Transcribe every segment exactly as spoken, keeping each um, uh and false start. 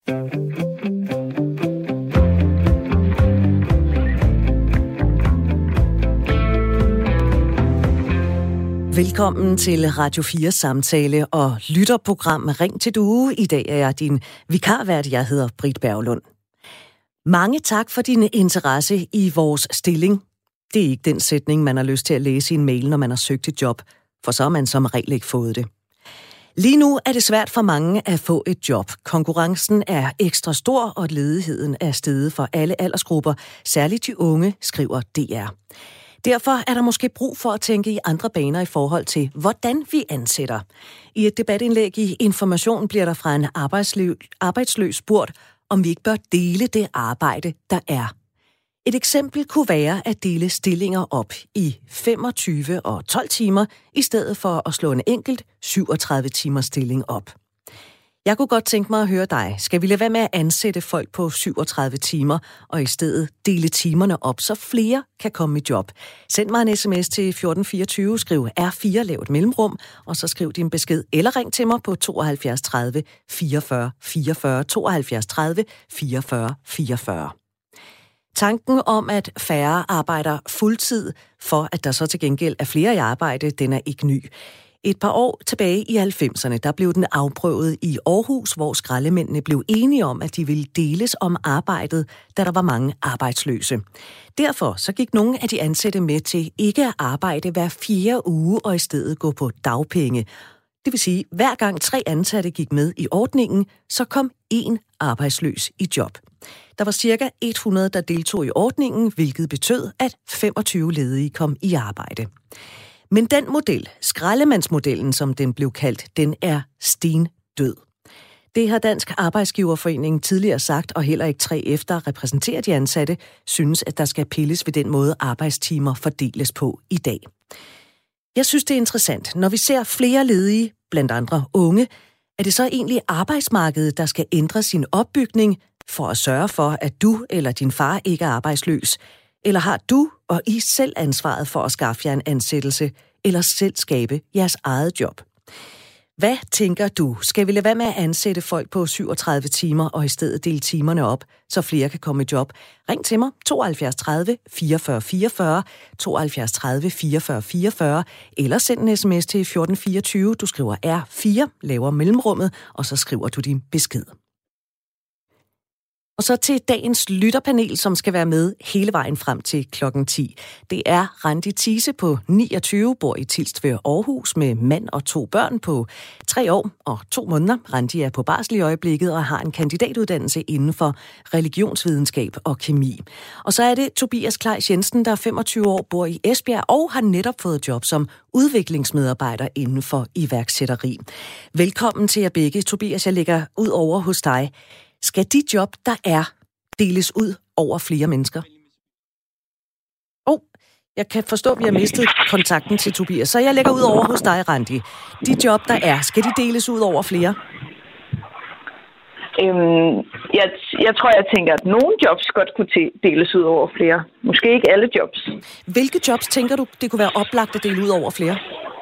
Velkommen til Radio fire samtale og lytterprogram Ring til Due. I dag er jeg din vikarvært. Jeg hedder Britt Berglund. Mange tak for din interesse i vores stilling. Det er ikke den sætning, man har lyst til at læse i en mail, når man har søgt et job, for så har man som regel ikke fået det. Lige nu er det svært for mange at få et job. Konkurrencen er ekstra stor, og ledigheden er steget for alle aldersgrupper, særligt de unge, skriver D R. Derfor er der måske brug for at tænke i andre baner i forhold til, hvordan vi ansætter. I et debatindlæg i Information bliver der fra en arbejdsløs spurgt, om vi ikke bør dele det arbejde, der er. Et eksempel kunne være at dele stillinger op i femogtyve og tolv timer, i stedet for at slå en enkelt syvogtredive timers stilling op. Jeg kunne godt tænke mig at høre dig. Skal vi lade være med at ansætte folk på syvogtredive timer, og i stedet dele timerne op, så flere kan komme i job? Send mig en sms til fjorten fireogtyve, skriv R fire, lav et mellemrum, og så skriv din besked, eller ring til mig på tooghalvfjerds tredive fireogfyrre fireogfyrre, tooghalvfjerds tredive fireogfyrre fireogfyrre. Tanken om, at færre arbejder fuldtid, for at der så til gengæld er flere i arbejde, den er ikke ny. Et par år tilbage i halvfemserne, der blev den afprøvet i Aarhus, hvor skraldemændene blev enige om, at de ville deles om arbejdet, da der var mange arbejdsløse. Derfor så gik nogle af de ansatte med til ikke at arbejde hver fjerde uge og i stedet gå på dagpenge. Det vil sige, hver gang tre ansatte gik med i ordningen, så kom én arbejdsløs i job. Der var cirka hundrede, der deltog i ordningen, hvilket betød, at femogtyve ledige kom i arbejde. Men den model, skraldemandsmodellen, som den blev kaldt, den er stendød. Det har Dansk Arbejdsgiverforening tidligere sagt, og heller ikke tre F, der repræsenterer de ansatte, synes, at der skal pilles ved den måde, arbejdstimer fordeles på i dag. Jeg synes, det er interessant. Når vi ser flere ledige, blandt andre unge, er det så egentlig arbejdsmarkedet, der skal ændre sin opbygning for at sørge for, at du eller din far ikke er arbejdsløs? Eller har du og I selv ansvaret for at skaffe jer en ansættelse, eller selv skabe jeres eget job? Hvad tænker du? Skal vi lade være med at ansætte folk på syvogtredive timer, og i stedet dele timerne op, så flere kan komme i job? Ring til mig, tooghalvfjerds tredive fireogfyrre fireogfyrre, tooghalvfjerds tredive fireogfyrre fireogfyrre, eller send en sms til fjorten fireogtyve. Du skriver R fire, laver mellemrummet, og så skriver du din besked. Og så til dagens lytterpanel, som skal være med hele vejen frem til klokken ti. Det er Randi Thiese på niogtyve, bor i Tilst ved Aarhus med mand og to børn på tre år og to måneder. Randi er på barsel i øjeblikket og har en kandidatuddannelse inden for religionsvidenskab og kemi. Og så er det Tobias Kleis Jensen, der er femogtyve år, bor i Esbjerg og har netop fået job som udviklingsmedarbejder inden for iværksætteri. Velkommen til jer begge. Tobias, jeg lægger ud over hos dig. Skal de job, der er, deles ud over flere mennesker? Åh, oh, jeg kan forstå, at vi har mistet kontakten til Tobias, så jeg lægger ud over hos dig, Randi. De job, der er, skal de deles ud over flere? Øhm, jeg, jeg tror, jeg tænker, at nogle jobs godt kunne deles ud over flere. Måske ikke alle jobs. Hvilke jobs tænker du, det kunne være oplagt at dele ud over flere?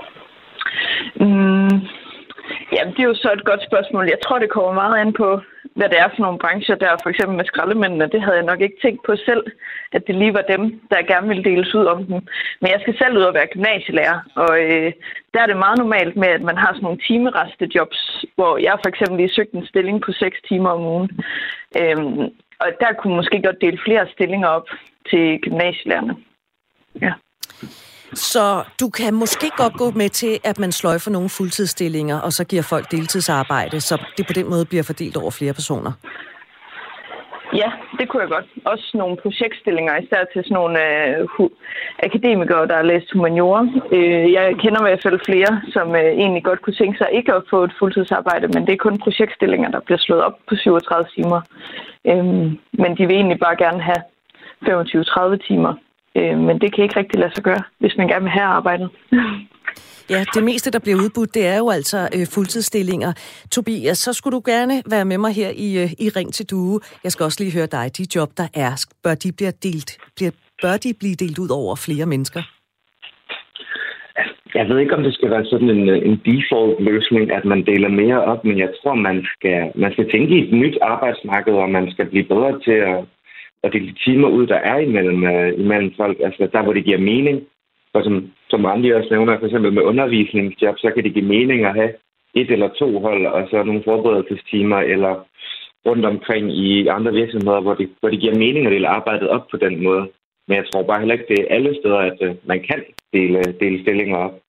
Mm, jamen, det er jo så et godt spørgsmål. Jeg tror, det kommer meget an på, hvad det er for nogle brancher der. For eksempel med skraldemændene, det havde jeg nok ikke tænkt på selv, at det lige var dem, der gerne ville deles ud om dem. Men jeg skal selv ud og være gymnasielærer, og øh, der er det meget normalt med, at man har sådan nogle timerestejobs, hvor jeg for eksempel lige søgte en stilling på seks timer om ugen. Øhm, og der kunne måske godt dele flere stillinger op til gymnasielærerne. Ja. Så du kan måske godt gå med til, at man sløjfer nogle fuldtidsstillinger, og så giver folk deltidsarbejde, så det på den måde bliver fordelt over flere personer? Ja, det kunne jeg godt. Også nogle projektstillinger, især til sådan nogle øh, hu- akademikere, der har læst humaniora. Øh, jeg kender i hvert fald flere, som øh, egentlig godt kunne tænke sig ikke at få et fuldtidsarbejde, men det er kun projektstillinger, der bliver slået op på syvogtredive timer. Øh, men de vil egentlig bare gerne have femogtyve til tredive timer. Men det kan ikke rigtig lade sig gøre, hvis man gerne vil have arbejdet. Ja, det meste, der bliver udbudt, det er jo altså øh, fuldtidsstillinger. Tobias, så skulle du gerne være med mig her i, øh, i Ring til Due. Jeg skal også lige høre dig. De job, der er, bør de, bliver delt, bliver, bør de blive delt ud over flere mennesker? Jeg ved ikke, om det skal være sådan en, en default-løsning, at man deler mere op, men jeg tror, man skal, man skal tænke i et nyt arbejdsmarked, og man skal blive bedre til at, at dele timer ud, der er imellem, uh, imellem folk. Altså der, hvor det giver mening. For som, som andre også nævner, for eksempel med undervisningsjob, så kan det give mening at have et eller to hold, og så nogle forberedelsestimer, eller rundt omkring i andre virksomheder, hvor det, hvor det giver mening at dele arbejdet op på den måde. Men jeg tror bare heller ikke, det er alle steder, at uh, man kan dele, dele stillinger op.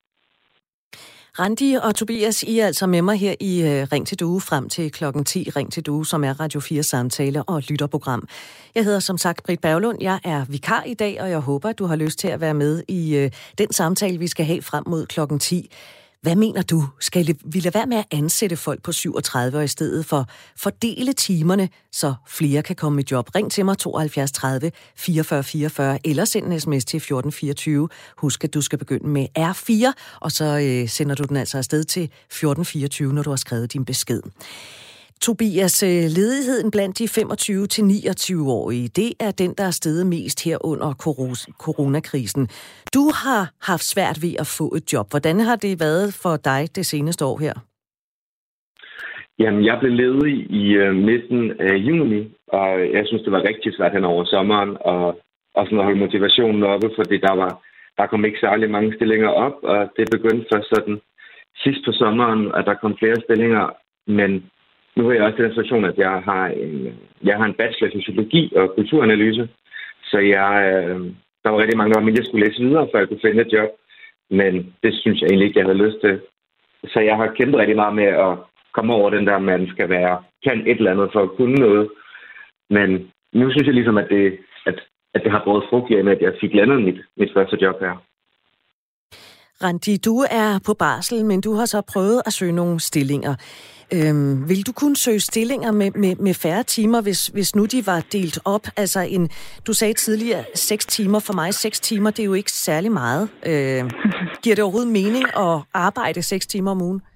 Randi og Tobias, I er altså med mig her i uh, Ring til Due frem til klokken ti. Ring til Due, som er Radio fire samtale- og lytterprogram. Jeg hedder som sagt Britt Berglund. Jeg er vikar i dag, og jeg håber, at du har lyst til at være med i uh, den samtale, vi skal have frem mod klokken ti. Hvad mener du? Skal vi lade være med at ansætte folk på syvogtredive og i stedet for fordele timerne, så flere kan komme i job? Ring til mig tooghalvfjerds tredive fireogfyrre fireogfyrre eller send en sms til fjorten fireogtyve. Husk, at du skal begynde med R fire, og så øh, sender du den altså afsted til fjorten fireogtyve, når du har skrevet din besked. Tobias, ledigheden blandt de femogtyve til niogtyve-årige, det er den, der er steget mest her under coronakrisen. Du har haft svært ved at få et job. Hvordan har det været for dig det seneste år her? Jamen, jeg blev ledig i uh, midten af juni, og jeg synes, det var rigtig svært hen over sommeren, og også at holde motivationen oppe, fordi der var der kom ikke særlig mange stillinger op, og det begyndte først sådan sidst på sommeren, at der kom flere stillinger, men nu er jeg også i den situation, at jeg har en, jeg har en bachelor i sociologi og kulturanalyse, så jeg, øh, der var rigtig mange, der ville, jeg skulle læse videre, før jeg kunne finde et job, men det synes jeg egentlig ikke, jeg havde lyst til. Så jeg har kæmpet rigtig meget med at komme over den der, man skal være, kan et eller andet for at kunne noget, men nu synes jeg ligesom, at det, at, at det har båret frugt med, at jeg fik landet mit, mit første job her. Randi, du er på barsel, men du har så prøvet at søge nogle stillinger. Øhm, vil du kunne søge stillinger med, med, med færre timer, hvis, hvis nu de var delt op? Altså, en, du sagde tidligere seks timer. For mig seks timer, det er jo ikke særlig meget. Øh, giver det overhovedet mening at arbejde seks timer om ugen?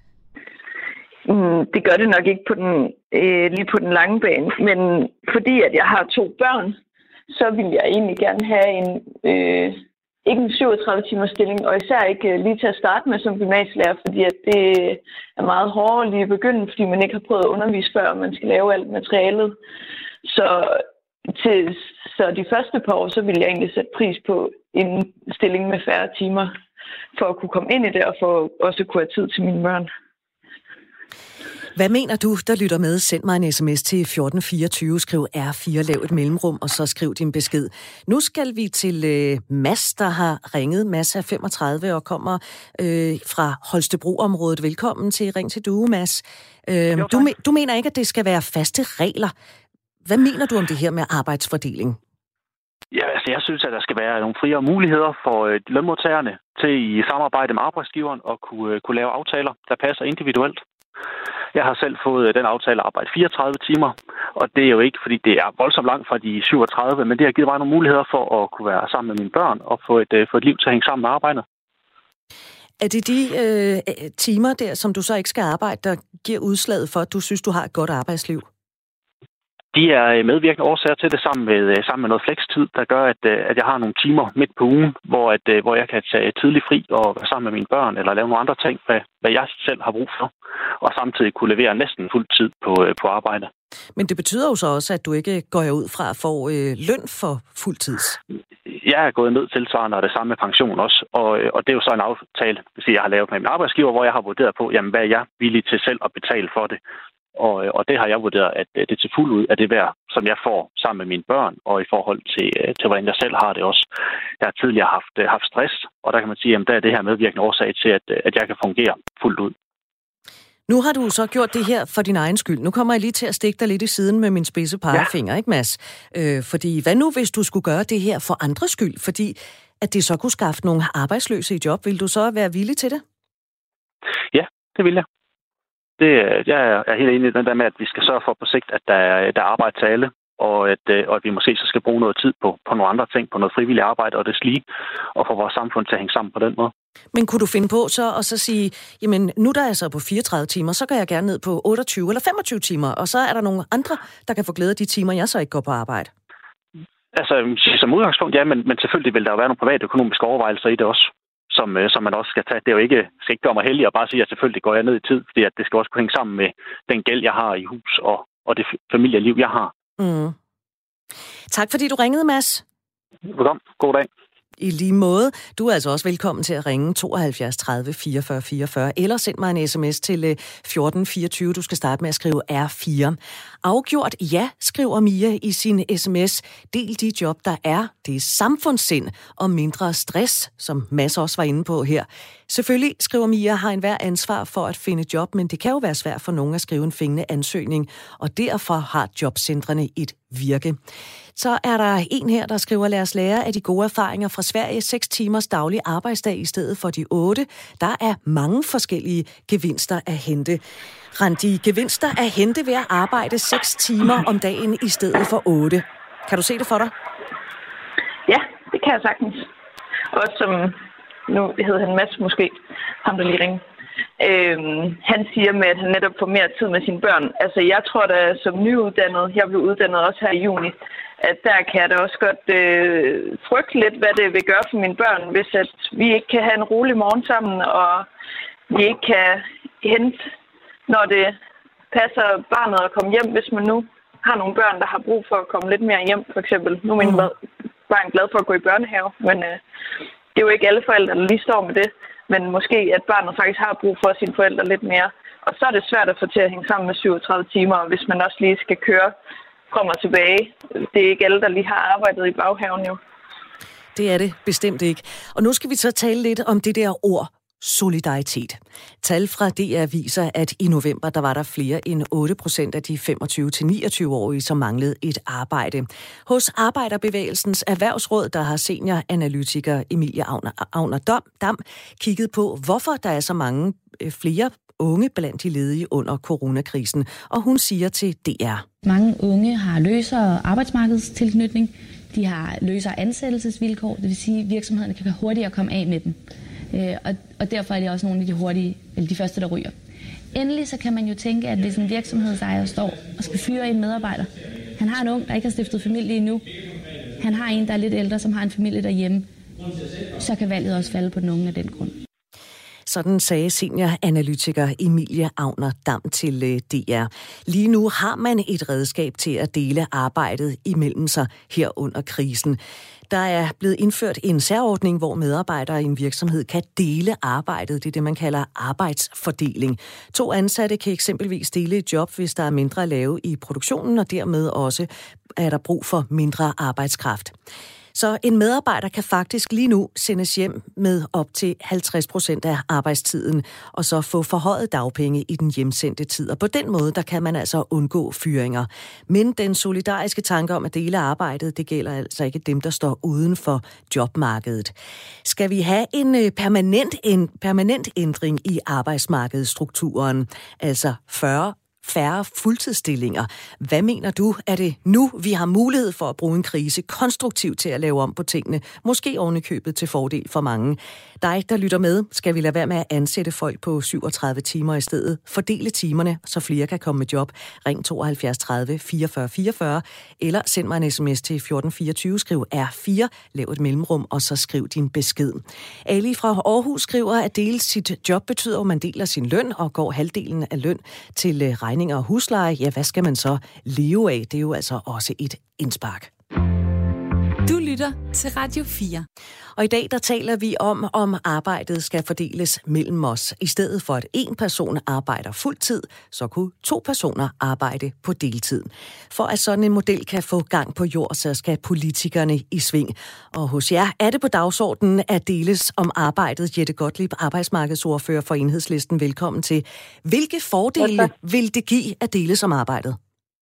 Mm, det gør det nok ikke på den, øh, lige på den lange bane. Men fordi at jeg har to børn, så vil jeg egentlig gerne have en... Øh, Ikke en syvogtredive timers stilling, og især ikke lige til at starte med som gymnasielærer, fordi at det er meget hårdere lige i begyndelsen, fordi man ikke har prøvet at undervise før, og man skal lave alt materialet. Så, til, så de første par år, så ville jeg egentlig sætte pris på en stilling med færre timer, for at kunne komme ind i det, og for også kunne have tid til mine børn. Hvad mener du, der lytter med? Send mig en sms til fjorten fireogtyve, skriv R fire, lav et mellemrum, og så skriv din besked. Nu skal vi til øh, Mads, der har ringet. Mads er femogtredive og kommer øh, fra Holstebro-området. Velkommen til Ring til Due, Mads. Øh, du, du mener ikke, at det skal være faste regler. Hvad mener du om det her med arbejdsfordeling? Ja, altså jeg synes, at der skal være nogle friere muligheder for øh, lønmodtagerne til i samarbejde med arbejdsgiveren at kunne, øh, kunne lave aftaler, der passer individuelt. Jeg har selv fået den aftale at arbejde fireogtredive timer, og det er jo ikke, fordi det er voldsomt langt fra de syvogtredive, men det har givet mig nogle muligheder for at kunne være sammen med mine børn og få et, få et liv til at hænge sammen med arbejdet. Er det de øh, timer der, som du så ikke skal arbejde, der giver udslaget for, at du synes, du har et godt arbejdsliv? De er medvirkende årsager til det sammen med, sammen med noget flekstid, der gør, at, at jeg har nogle timer midt på ugen, hvor, at, hvor jeg kan tage tidlig fri og være sammen med mine børn, eller lave nogle andre ting, hvad, hvad jeg selv har brug for, og samtidig kunne levere næsten fuld tid på, på arbejde. Men det betyder jo så også, at du ikke går ud fra at få øh, løn for fuldtids? Jeg er gået ned tilsvarende, og det samme med pension også, og, og det er jo så en aftale, jeg har lavet med min arbejdsgiver, hvor jeg har vurderet på, jamen, hvad er jeg villig til selv at betale for det. Og, og det har jeg vurderet, at det til fuld ud er det værd, som jeg får sammen med mine børn, og i forhold til, til hvordan jeg selv har det også. Jeg har tidligere haft, haft stress, og der kan man sige, at der er det her medvirkende årsag til, at, at jeg kan fungere fuldt ud. Nu har du så gjort det her for din egen skyld. Nu kommer jeg lige til at stikke dig lidt i siden med min spidse pegefinger, ja. Ikke Mads? Øh, fordi hvad nu, hvis du skulle gøre det her for andres skyld? Fordi at det så kunne skaffe nogle arbejdsløse i job, vil du så være villig til det? Ja, det vil jeg. Det, jeg er helt enig i den der med, at vi skal sørge for på sigt, at der er, der er arbejde til alle, og at, og at vi måske så skal bruge noget tid på, på nogle andre ting, på noget frivilligt arbejde og det slige, og få vores samfund til at hænge sammen på den måde. Men kunne du finde på så og så sige, jamen nu der er så på fireogtredive timer, så går jeg gerne ned på otteogtyve eller femogtyve timer, og så er der nogle andre, der kan få glæde af de timer, jeg så ikke går på arbejde? Altså som udgangspunkt, ja, men, men selvfølgelig vil der jo være nogle private økonomiske overvejelser i det også. som, som man også skal tage. Det er jo ikke, skal ikke gøre mig heldig at bare sige, at selvfølgelig går jeg ned i tid, fordi at det skal også kunne hænge sammen med den gæld, jeg har i hus og, og det familieliv, jeg har. Mm. Tak fordi du ringede, Mads. Velkommen. God dag. I lige måde. Du er altså også velkommen til at ringe tooghalvfjerds tredive fireogfyrre fireogfyrre, eller send mig en sms til fjorten fireogtyve. Du skal starte med at skrive R fire. Afgjort ja, skriver Mia i sin sms. Del de job, der er. Det er samfundssind og mindre stress, som Mads også var inde på her. Selvfølgelig, skriver Mia, har enhver ansvar for at finde job, men det kan jo være svært for nogen at skrive en fængende ansøgning, og derfor har jobcentrene et virke. Så er der en her, der skriver, lad os lære af de gode erfaringer fra Sverige. Seks timers daglig arbejdsdag i stedet for de otte. Der er mange forskellige gevinster at hente. Randi, gevinster at hente ved at arbejde seks timer om dagen i stedet for otte. Kan du se det for dig? Ja, det kan jeg sagtens. Også som, nu hedder han Mads måske, ham der lige ringe. Øhm, han siger med, at han netop får mere tid med sine børn. Altså, jeg tror da som nyuddannet, jeg blev uddannet også her i juni, at der kan jeg da også godt øh, frygte lidt, hvad det vil gøre for mine børn, hvis at vi ikke kan have en rolig morgen sammen, og vi ikke kan hente, når det passer barnet at komme hjem, hvis man nu har nogle børn, der har brug for at komme lidt mere hjem, for eksempel. Nu er min barn glad for at gå i børnehave, men øh, det er jo ikke alle forældre, der lige står med det. Men måske, at barnet faktisk har brug for sine forældre lidt mere. Og så er det svært at få til at hænge sammen med syvogtredive timer, hvis man også lige skal køre frem og tilbage. Det er ikke alle, der lige har arbejdet i baghaven jo. Det er det bestemt ikke. Og nu skal vi så tale lidt om det der ord solidaritet. Tal fra D R viser, at i november der var der flere end otte procent af de femogtyve til niogtyve-årige, som manglede et arbejde. Hos Arbejderbevægelsens Erhvervsråd, der har senioranalytiker Emilie Agner Dam kigget på, hvorfor der er så mange flere unge blandt de ledige under coronakrisen. Og hun siger til D R. Mange unge har løsere arbejdsmarkedstilknytning. De har løsere ansættelsesvilkår, det vil sige, at virksomhederne kan hurtigere komme af med dem. Og, og derfor er det også nogle af de hurtige, eller de første, der ryger. Endelig så kan man jo tænke, at hvis en virksomhedsejer står og skal fyre en medarbejder, han har en ung, der ikke har stiftet familie endnu, han har en, der er lidt ældre, som har en familie derhjemme, så kan valget også falde på den unge af den grund. Sådan sagde senioranalytiker Emilie Agner Dam til D R. Lige nu har man et redskab til at dele arbejdet imellem sig her under krisen. Der er blevet indført en særordning, hvor medarbejdere i en virksomhed kan dele arbejdet. Det er det, man kalder arbejdsfordeling. To ansatte kan eksempelvis dele et job, hvis der er mindre at lave i produktionen, og dermed også er der brug for mindre arbejdskraft. Så en medarbejder kan faktisk lige nu sendes hjem med op til halvtreds procent af arbejdstiden, og så få forhøjet dagpenge i den hjemsendte tid. Og på den måde, der kan man altså undgå fyringer. Men den solidariske tanke om at dele arbejdet, det gælder altså ikke dem, der står uden for jobmarkedet. Skal vi have en permanent, en permanent ændring i arbejdsmarkedsstrukturen, altså fyrre færre fuldtidsstillinger. Hvad mener du, er det nu, vi har mulighed for at bruge en krise konstruktivt til at lave om på tingene, måske ovenikøbet til fordel for mange? Dig, der lytter med, skal vi lade være med at ansætte folk på syvogtredive timer i stedet. Fordele timerne, så flere kan komme med job. Ring tooghalvfjerds tredive fireogfyrre fireogfyrre, eller send mig en sms til fjorten fireogtyve, skriv R fire, lav et mellemrum, og så skriv din besked. Ali fra Aarhus skriver, at dele sit job betyder, at man deler sin løn, og går halvdelen af løn til regninger og husleje. Ja, hvad skal man så leve af? Det er jo altså også et indspark. Du lytter til Radio fire. Og i dag der taler vi om, om arbejdet skal fordeles mellem os. I stedet for at en person arbejder fuldtid, så kunne to personer arbejde på deltid. For at sådan en model kan få gang på jord, så skal politikerne i sving. Og hos jer er det på dagsordenen at deles om arbejdet. Jette Gottlieb, arbejdsmarkedsordfører for Enhedslisten. Velkommen til. Hvilke fordele vil det give at deles om arbejdet?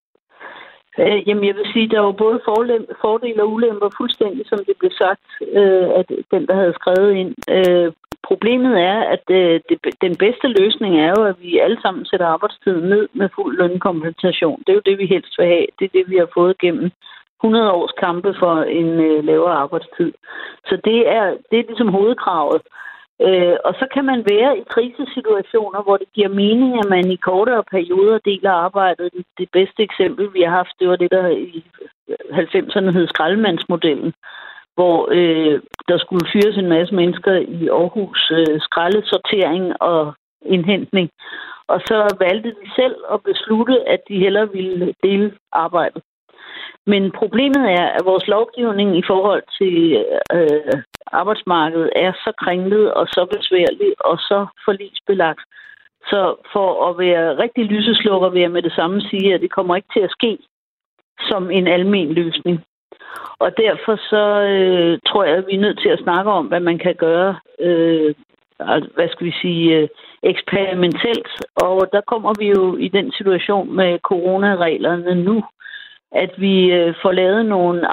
Øh, jamen, jeg vil sige, at der var både fordele og ulemper, fuldstændig som det blev sagt, øh, at den, der havde skrevet ind. Øh, problemet er, at øh, det, den bedste løsning er jo, at vi alle sammen sætter arbejdstiden ned med fuld lønkompensation. Det er jo det, vi helst vil have. Det er det, vi har fået gennem hundrede års kampe for en øh, lavere arbejdstid. Så det er, det er ligesom hovedkravet. Øh, og så kan man være i krisesituationer, hvor det giver mening, at man i kortere perioder deler arbejdet. Det bedste eksempel, vi har haft, det var det, der i halvfemserne hed skraldemandsmodellen, hvor øh, der skulle fyres en masse mennesker i Aarhus øh, skraldesortering og indhentning. Og så valgte de selv at beslutte, at de hellere ville dele arbejdet. Men problemet er, at vores lovgivning i forhold til øh, arbejdsmarkedet er så kringlet og så besværlig og så forligsbelagt. Så for at være rigtig lyseslukker vil jeg med det samme sige, at det kommer ikke til at ske som en almen løsning. Og derfor så øh, tror jeg, at vi er nødt til at snakke om, hvad man kan gøre, øh, hvad skal vi sige, øh, eksperimentelt. Og der kommer vi jo i den situation med coronareglerne nu, at vi øh, får lavet nogle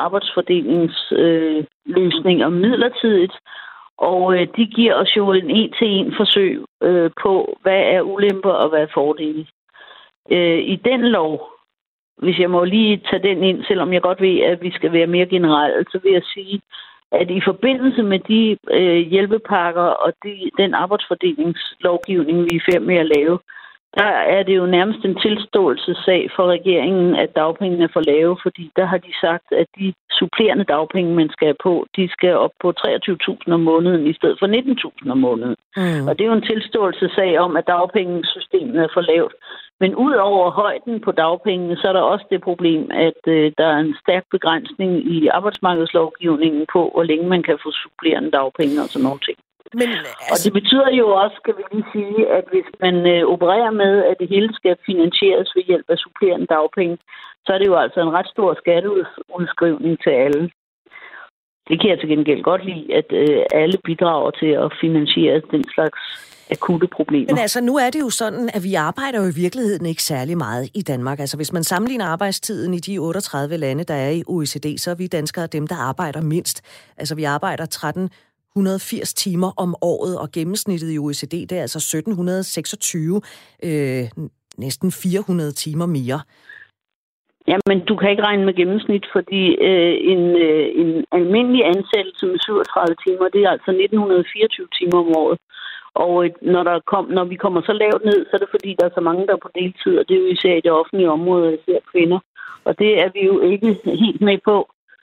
arbejdsfordelingsløsninger øh, midlertidigt, og øh, de giver os jo en en-til-en forsøg øh, på, hvad er ulemper og hvad er fordele. Øh, I den lov, hvis jeg må lige tage den ind, selvom jeg godt ved, at vi skal være mere generelt, så vil jeg sige, at i forbindelse med de øh, hjælpepakker og de, den arbejdsfordelingslovgivning, vi er i færd med at lave, der er det jo nærmest en tilståelsessag for regeringen, at dagpengene er for lave, fordi der har de sagt, at de supplerende dagpenge, man skal have på, de skal op på treogtyve tusind om måneden i stedet for nitten tusind om måneden. Mm. Og det er jo en tilståelsessag om, at dagpengesystemet er for lavt. Men ud over højden på dagpengene, så er der også det problem, at øh, der er en stærk begrænsning i arbejdsmarkedslovgivningen på, hvor længe man kan få supplerende dagpenge og sådan nogle ting. Men, altså... Og det betyder jo også, skal vi lige sige, at hvis man øh, opererer med, at det hele skal finansieres ved hjælp af supplerende dagpenge, så er det jo altså en ret stor skatteudskrivning til alle. Det kan jeg til gengæld godt lide, at øh, alle bidrager til at finansiere den slags akutte problemer. Men altså, nu er det jo sådan, at vi arbejder jo i virkeligheden ikke særlig meget i Danmark. Altså, hvis man sammenligner arbejdstiden i de otteogtredive lande, der er i O E C D, så er vi danskere dem, der arbejder mindst. Altså, vi arbejder tretten hundrede og firs timer om året, og gennemsnittet i O E C D, det er altså sytten seksogtyve, øh, næsten fire hundrede timer mere. Jamen, du kan ikke regne med gennemsnit, fordi øh, en, øh, en almindelig ansættelse med syvogtredive timer, det er altså nitten fireogtyve timer om året. Og øh, når, der kom, når vi kommer så lavt ned, så er det fordi, der er så mange, der er på deltid, og det er jo især i det offentlige område, især kvinder. Og det er vi jo ikke helt med på.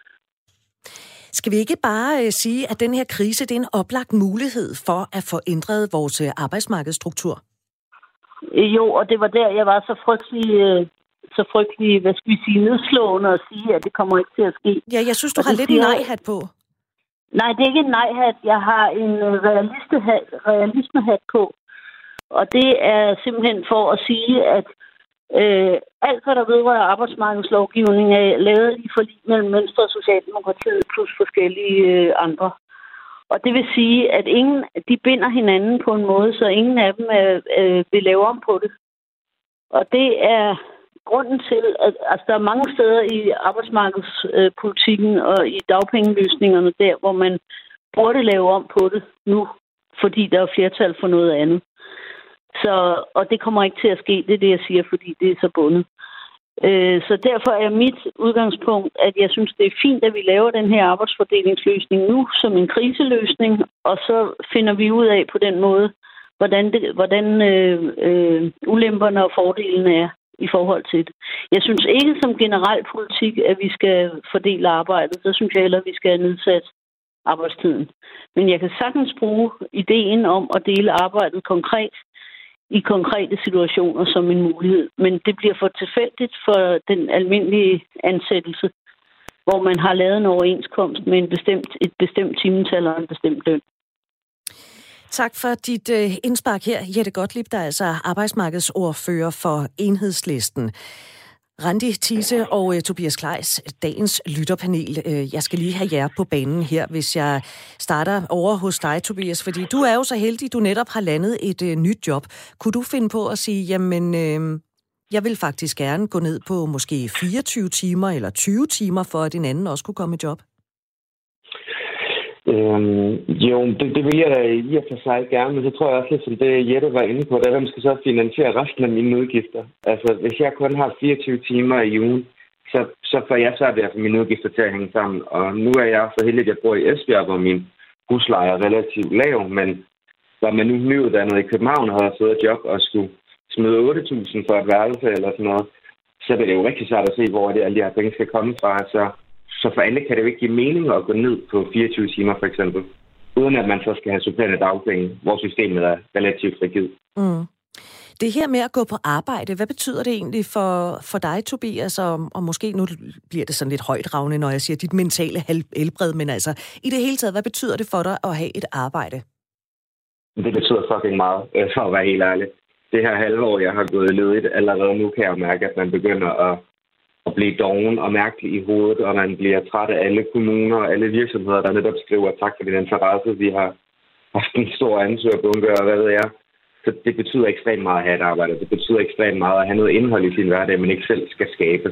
Skal vi ikke bare øh, sige, at den her krise, det er en oplagt mulighed for at få ændret vores øh, arbejdsmarkedsstruktur? Jo, og det var der, jeg var så frygtelig... Øh, så frygtelig, hvad skal vi sige, nedslående at sige, at det kommer ikke til at ske. Ja, jeg synes, du og har lidt en nej-hat på. Nej, det er ikke en nej-hat. Jeg har en realisme-hat på. Og det er simpelthen for at sige, at øh, alt, hvad der vedrører arbejdsmarkedslovgivning, er lavet i forlig mellem Venstre og Socialdemokratiet plus forskellige øh, andre. Og det vil sige, at ingen, de binder hinanden på en måde, så ingen af dem er, øh, vil lave om på det. Og det er grunden til, at altså, der er mange steder i arbejdsmarkedspolitikken og i dagpengeløsningerne der, hvor man burde lave om på det nu, fordi der er flertal for noget andet. Så, og det kommer ikke til at ske, det er det, jeg siger, fordi det er så bundet. Øh, så derfor er mit udgangspunkt, at jeg synes, det er fint, at vi laver den her arbejdsfordelingsløsning nu som en kriseløsning, og så finder vi ud af på den måde, hvordan, det, hvordan øh, øh, ulemperne og fordelene er i forhold til det. Jeg synes ikke som generel politik, at vi skal fordele arbejdet. Så synes jeg heller, at vi skal have nedsat arbejdstiden. Men jeg kan sagtens bruge ideen om at dele arbejdet konkret i konkrete situationer som en mulighed. Men det bliver for tilfældigt for den almindelige ansættelse, hvor man har lavet en overenskomst med en bestemt, et bestemt timetal og en bestemt løn. Tak for dit øh, indspark her, Jette Gottlieb, der er altså arbejdsmarkedsordfører for Enhedslisten. Randi Thise og øh, Tobias Kleis, dagens lytterpanel. Øh, jeg skal lige have jer på banen her, hvis jeg starter over hos dig, Tobias, fordi du er jo så heldig, du netop har landet et øh, nyt job. Kunne du finde på at sige, jamen, øh, jeg vil faktisk gerne gå ned på måske fireogtyve timer eller tyve timer, for at en anden også kunne komme i job? Øhm, jo, det, det vil jeg da i og for sig gerne, men så tror jeg også lidt, som det Jette var inde på, det er, hvem skal så finansiere resten af mine udgifter. Altså, hvis jeg kun har fireogtyve timer i ugen, så, så får jeg svært ved at få mine udgifter til at hænge sammen. Og nu er jeg så heldig, at jeg bor i Esbjerg, hvor min husleje er relativt lav, men var man nu nyuddannet i København og havde fået et job og skulle smide otte tusind for et værelse eller sådan noget, så er det jo rigtig svært at se, hvor det alle de her penge skal komme fra. Så Så for alle kan det jo ikke give mening at gå ned på fireogtyve timer, for eksempel, uden at man så skal have supplerende dagpenge, hvor systemet er relativt rigid. Mm. Det her med at gå på arbejde, hvad betyder det egentlig for, for dig, Tobias? Og, og måske nu bliver det sådan lidt højtravende, når jeg siger dit mentale helbred, men altså i det hele taget, hvad betyder det for dig at have et arbejde? Det betyder fucking meget, for at være helt ærlig. Det her halve år, jeg har gået ledigt, allerede nu kan jeg mærke, at man begynder at, at blive doven og mærkelig i hovedet, og man bliver træt af alle kommuner og alle virksomheder, der netop skriver tak for din interesse. Vi har haft en stor ansøgerbunke, og hvad ved jeg. Så det betyder ekstremt meget at have et arbejde. Det betyder ekstremt meget at have noget indhold i sin hverdag, men ikke selv skal skabe.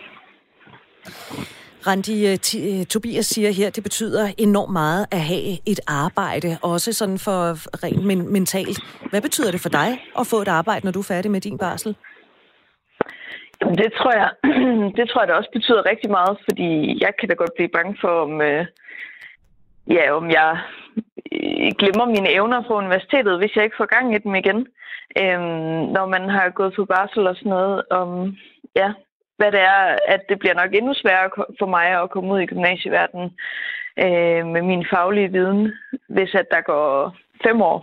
Randi, t- Tobias siger her, det betyder enormt meget at have et arbejde, også sådan for rent men- mentalt. Hvad betyder det for dig at få et arbejde, når du er færdig med din barsel? Det tror jeg, det tror jeg da også betyder rigtig meget, fordi jeg kan da godt blive bange for, om, øh, ja, om jeg glemmer mine evner på universitetet, hvis jeg ikke får gang i dem igen. Øhm, når man har gået på barsel og sådan noget, om ja, hvad det er, at det bliver nok endnu sværere for mig at komme ud i gymnasieverdenen øh, med min faglige viden, hvis at der går fem år.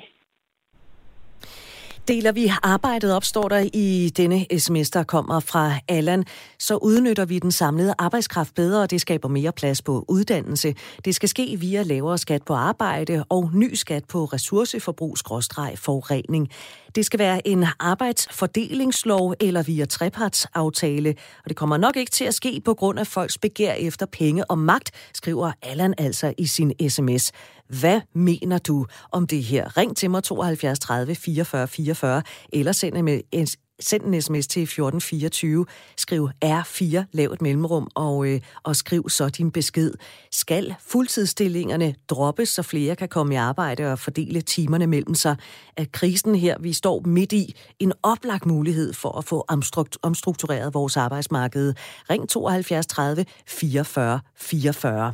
Deler vi arbejdet op, står der i denne sms, der kommer fra Allan, så udnytter vi den samlede arbejdskraft bedre, og det skaber mere plads på uddannelse. Det skal ske via lavere skat på arbejde og ny skat på ressourceforbrug skråstreg forurening. Det skal være en arbejdsfordelingslov eller via trepartsaftale, og det kommer nok ikke til at ske på grund af folks begær efter penge og magt, skriver Allan altså i sin sms. Hvad mener du om det her? Ring til mig tooghalvfjerds tredive fireogfyrre fireogfyrre eller send en, send en sms til fjorten fireogtyve. Skriv R fire, lav et mellemrum og, øh, og skriv så din besked. Skal fuldtidsstillingerne droppes, så flere kan komme i arbejde og fordele timerne mellem sig? Er krisen her, vi står midt i, en oplagt mulighed for at få omstruktureret vores arbejdsmarked? Ring tooghalvfjerds tredive fireogfyrre fireogfyrre.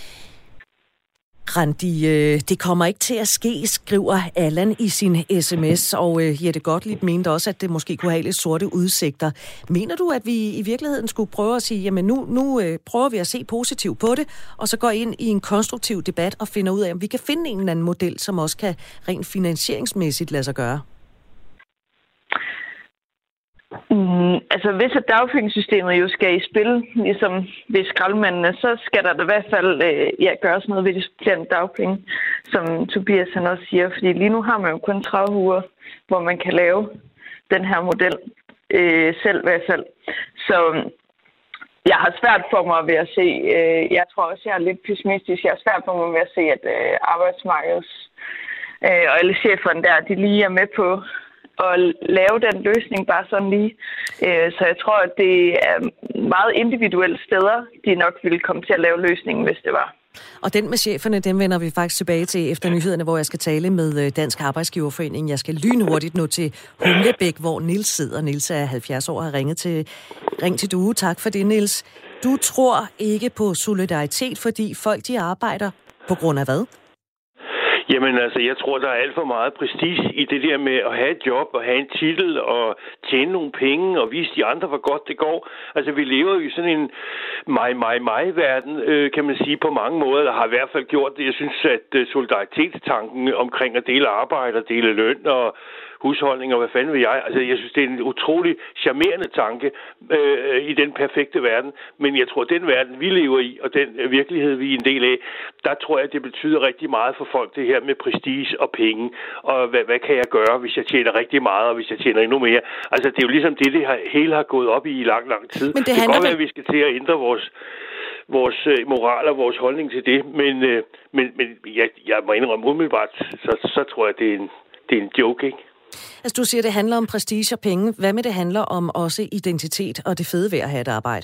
Randi, det kommer ikke til at ske, skriver Allan i sin sms, og Jette Gottlieb mente også, at det måske kunne have lidt sorte udsigter. Mener du, at vi i virkeligheden skulle prøve at sige, jamen nu, nu prøver vi at se positivt på det, og så gå ind i en konstruktiv debat og finde ud af, om vi kan finde en eller anden model, som også kan rent finansieringsmæssigt lade sig gøre? Mm, altså, hvis et dagpengesystemet jo skal i spil, ligesom ved skraldemændene, så skal der da i hvert fald øh, ja, gøres noget ved de supplerende dagpenge, som Tobias han også siger. Fordi lige nu har man jo kun tredive uger, hvor man kan lave den her model øh, selv i hvert fald. Så jeg har svært for mig ved at se, øh, jeg tror også, jeg er lidt pessimistisk, jeg har svært for mig ved at se, at øh, arbejdsmarkedets øh, og alle cheferne der, de lige er med på og lave den løsning bare sådan lige. Så jeg tror, at det er meget individuelle steder, de nok ville komme til at lave løsningen, hvis det var. Og den med cheferne, den vender vi faktisk tilbage til efter nyhederne, hvor jeg skal tale med Dansk Arbejdsgiverforening. Jeg skal lynhurtigt nå til Humlebæk, hvor Niels sidder. Niels er halvfjerds år og har ringet til, ring til Due. Tak for det, Niels. Du tror ikke på solidaritet, fordi folk de arbejder på grund af hvad? Jamen altså, jeg tror, der er alt for meget prestige i det der med at have et job og have en titel og tjene nogle penge og vise de andre, hvor godt det går. Altså, vi lever jo i sådan en mig, mig, mig-verden, øh, kan man sige, på mange måder, der har i hvert fald gjort det. Jeg synes, at øh, solidaritetstanken omkring at dele arbejde og dele løn og husholdning og hvad fanden vil jeg. Altså, jeg synes, det er en utrolig charmerende tanke øh, i den perfekte verden. Men jeg tror, den verden, vi lever i, og den øh, virkelighed, vi er en del af, der tror jeg, det betyder rigtig meget for folk, det her med prestige og penge. Og hvad, hvad kan jeg gøre, hvis jeg tjener rigtig meget, og hvis jeg tjener endnu mere? Altså, det er jo ligesom det, det har, hele har gået op i i lang, lang tid. Men det, det kan godt være, at vi skal til at ændre vores vores øh, moral og vores holdning til det. Men, øh, men, men jeg, jeg må indrømme umiddelbart, så, så tror jeg, det er en, det er en joke, ikke? Altså, du siger, det handler om prestige og penge. Hvad med det handler om også identitet og det fede ved at have et arbejde?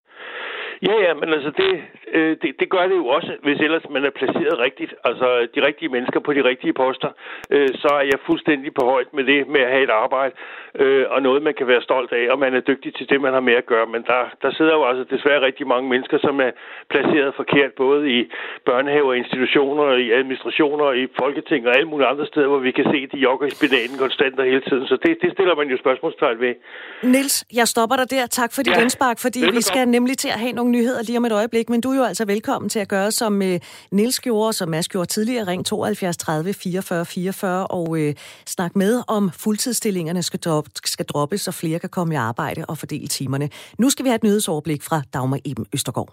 Ja, ja, men altså det, øh, det, det gør det jo også, hvis ellers man er placeret rigtigt. Altså de rigtige mennesker på de rigtige poster, øh, så er jeg fuldstændig på højde med det med at have et arbejde øh, og noget, man kan være stolt af, og man er dygtig til det, man har med at gøre. Men der, der sidder jo altså desværre rigtig mange mennesker, som er placeret forkert, både i børnehaver, institutioner, i administrationer, i Folketing og alle mulige andre steder, hvor vi kan se, at de jogger i spinaten konstant og hele tiden. Så det, det stiller man jo spørgsmålstegn ved. Niels, jeg stopper dig der. Tak for dit ja, indspark, fordi vi skal nemlig til at have nogle nogle nyheder lige om et øjeblik, men du er jo altså velkommen til at gøre, som øh, Niels gjorde, som Mads gjorde tidligere. Ring tooghalvfjerds tredive fireogfyrre fireogfyrre og øh, snak med, om fuldtidsstillingerne skal, drop, skal droppes, så flere kan komme i arbejde og fordele timerne. Nu skal vi have et nyhedsoverblik fra Dagmar Eben Østergaard.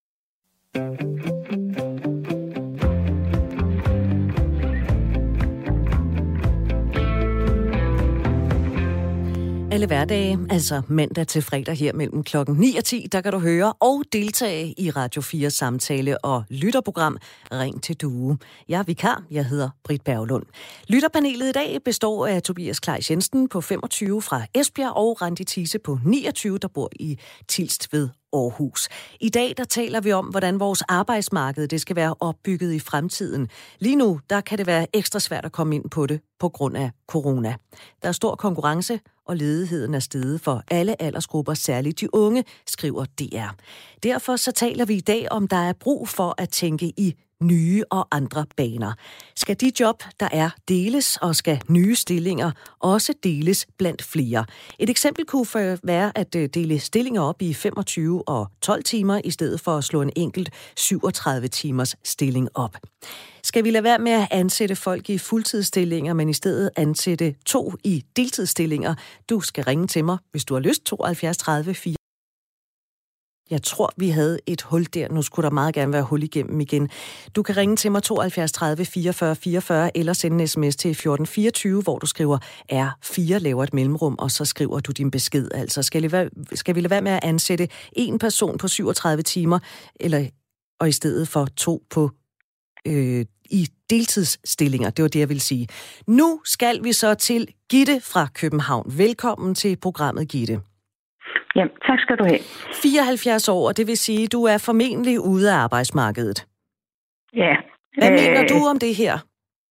Alle hverdage, altså mandag til fredag her mellem klokken ni og ti, der kan du høre og deltage i Radio fire samtale og lytterprogram Ring til Due. Jeg er vikar, jeg hedder Britt Berglund. Lytterpanelet i dag består af Tobias Kleis Jensen på femogtyve fra Esbjerg og Randi Thise på niogtyve, der bor i Tilst ved Aarhus. I dag der taler vi om, hvordan vores arbejdsmarked det skal være opbygget i fremtiden. Lige nu der kan det være ekstra svært at komme ind på det på grund af corona. Der er stor konkurrence, og ledigheden er steget for alle aldersgrupper, særligt de unge, skriver D R. Derfor så taler vi i dag om, der er brug for at tænke i nye og andre baner. Skal de job, der er, deles, og skal nye stillinger også deles blandt flere? Et eksempel kunne være at dele stillinger op i femogtyve og tolv timer, i stedet for at slå en enkelt syvogtredive timers stilling op. Skal vi lade være med at ansætte folk i fuldtidsstillinger, men i stedet ansætte to i deltidsstillinger? Du skal ringe til mig, hvis du har lyst, tooghalvfjerds tredive fire. Jeg tror, vi havde et hul der. Nu skulle der meget gerne være hul igennem igen. Du kan ringe til mig tooghalvfjerds tredive fireogfyrre fireogfyrre eller sende en sms til fjorten fireogtyve, hvor du skriver R fire, laver et mellemrum, og så skriver du din besked. Altså, skal, vi, skal vi lade være med at ansætte en person på syvogtredive timer, eller, og i stedet for to på øh, i deltidsstillinger? Det var det, jeg ville sige. Nu skal vi så til Gitte fra København. Velkommen til programmet, Gitte. Jamen, tak skal du have. fireoghalvfjerds år, det vil sige, at du er formentlig ude af arbejdsmarkedet. Ja. Hvad øh, mener du om det her?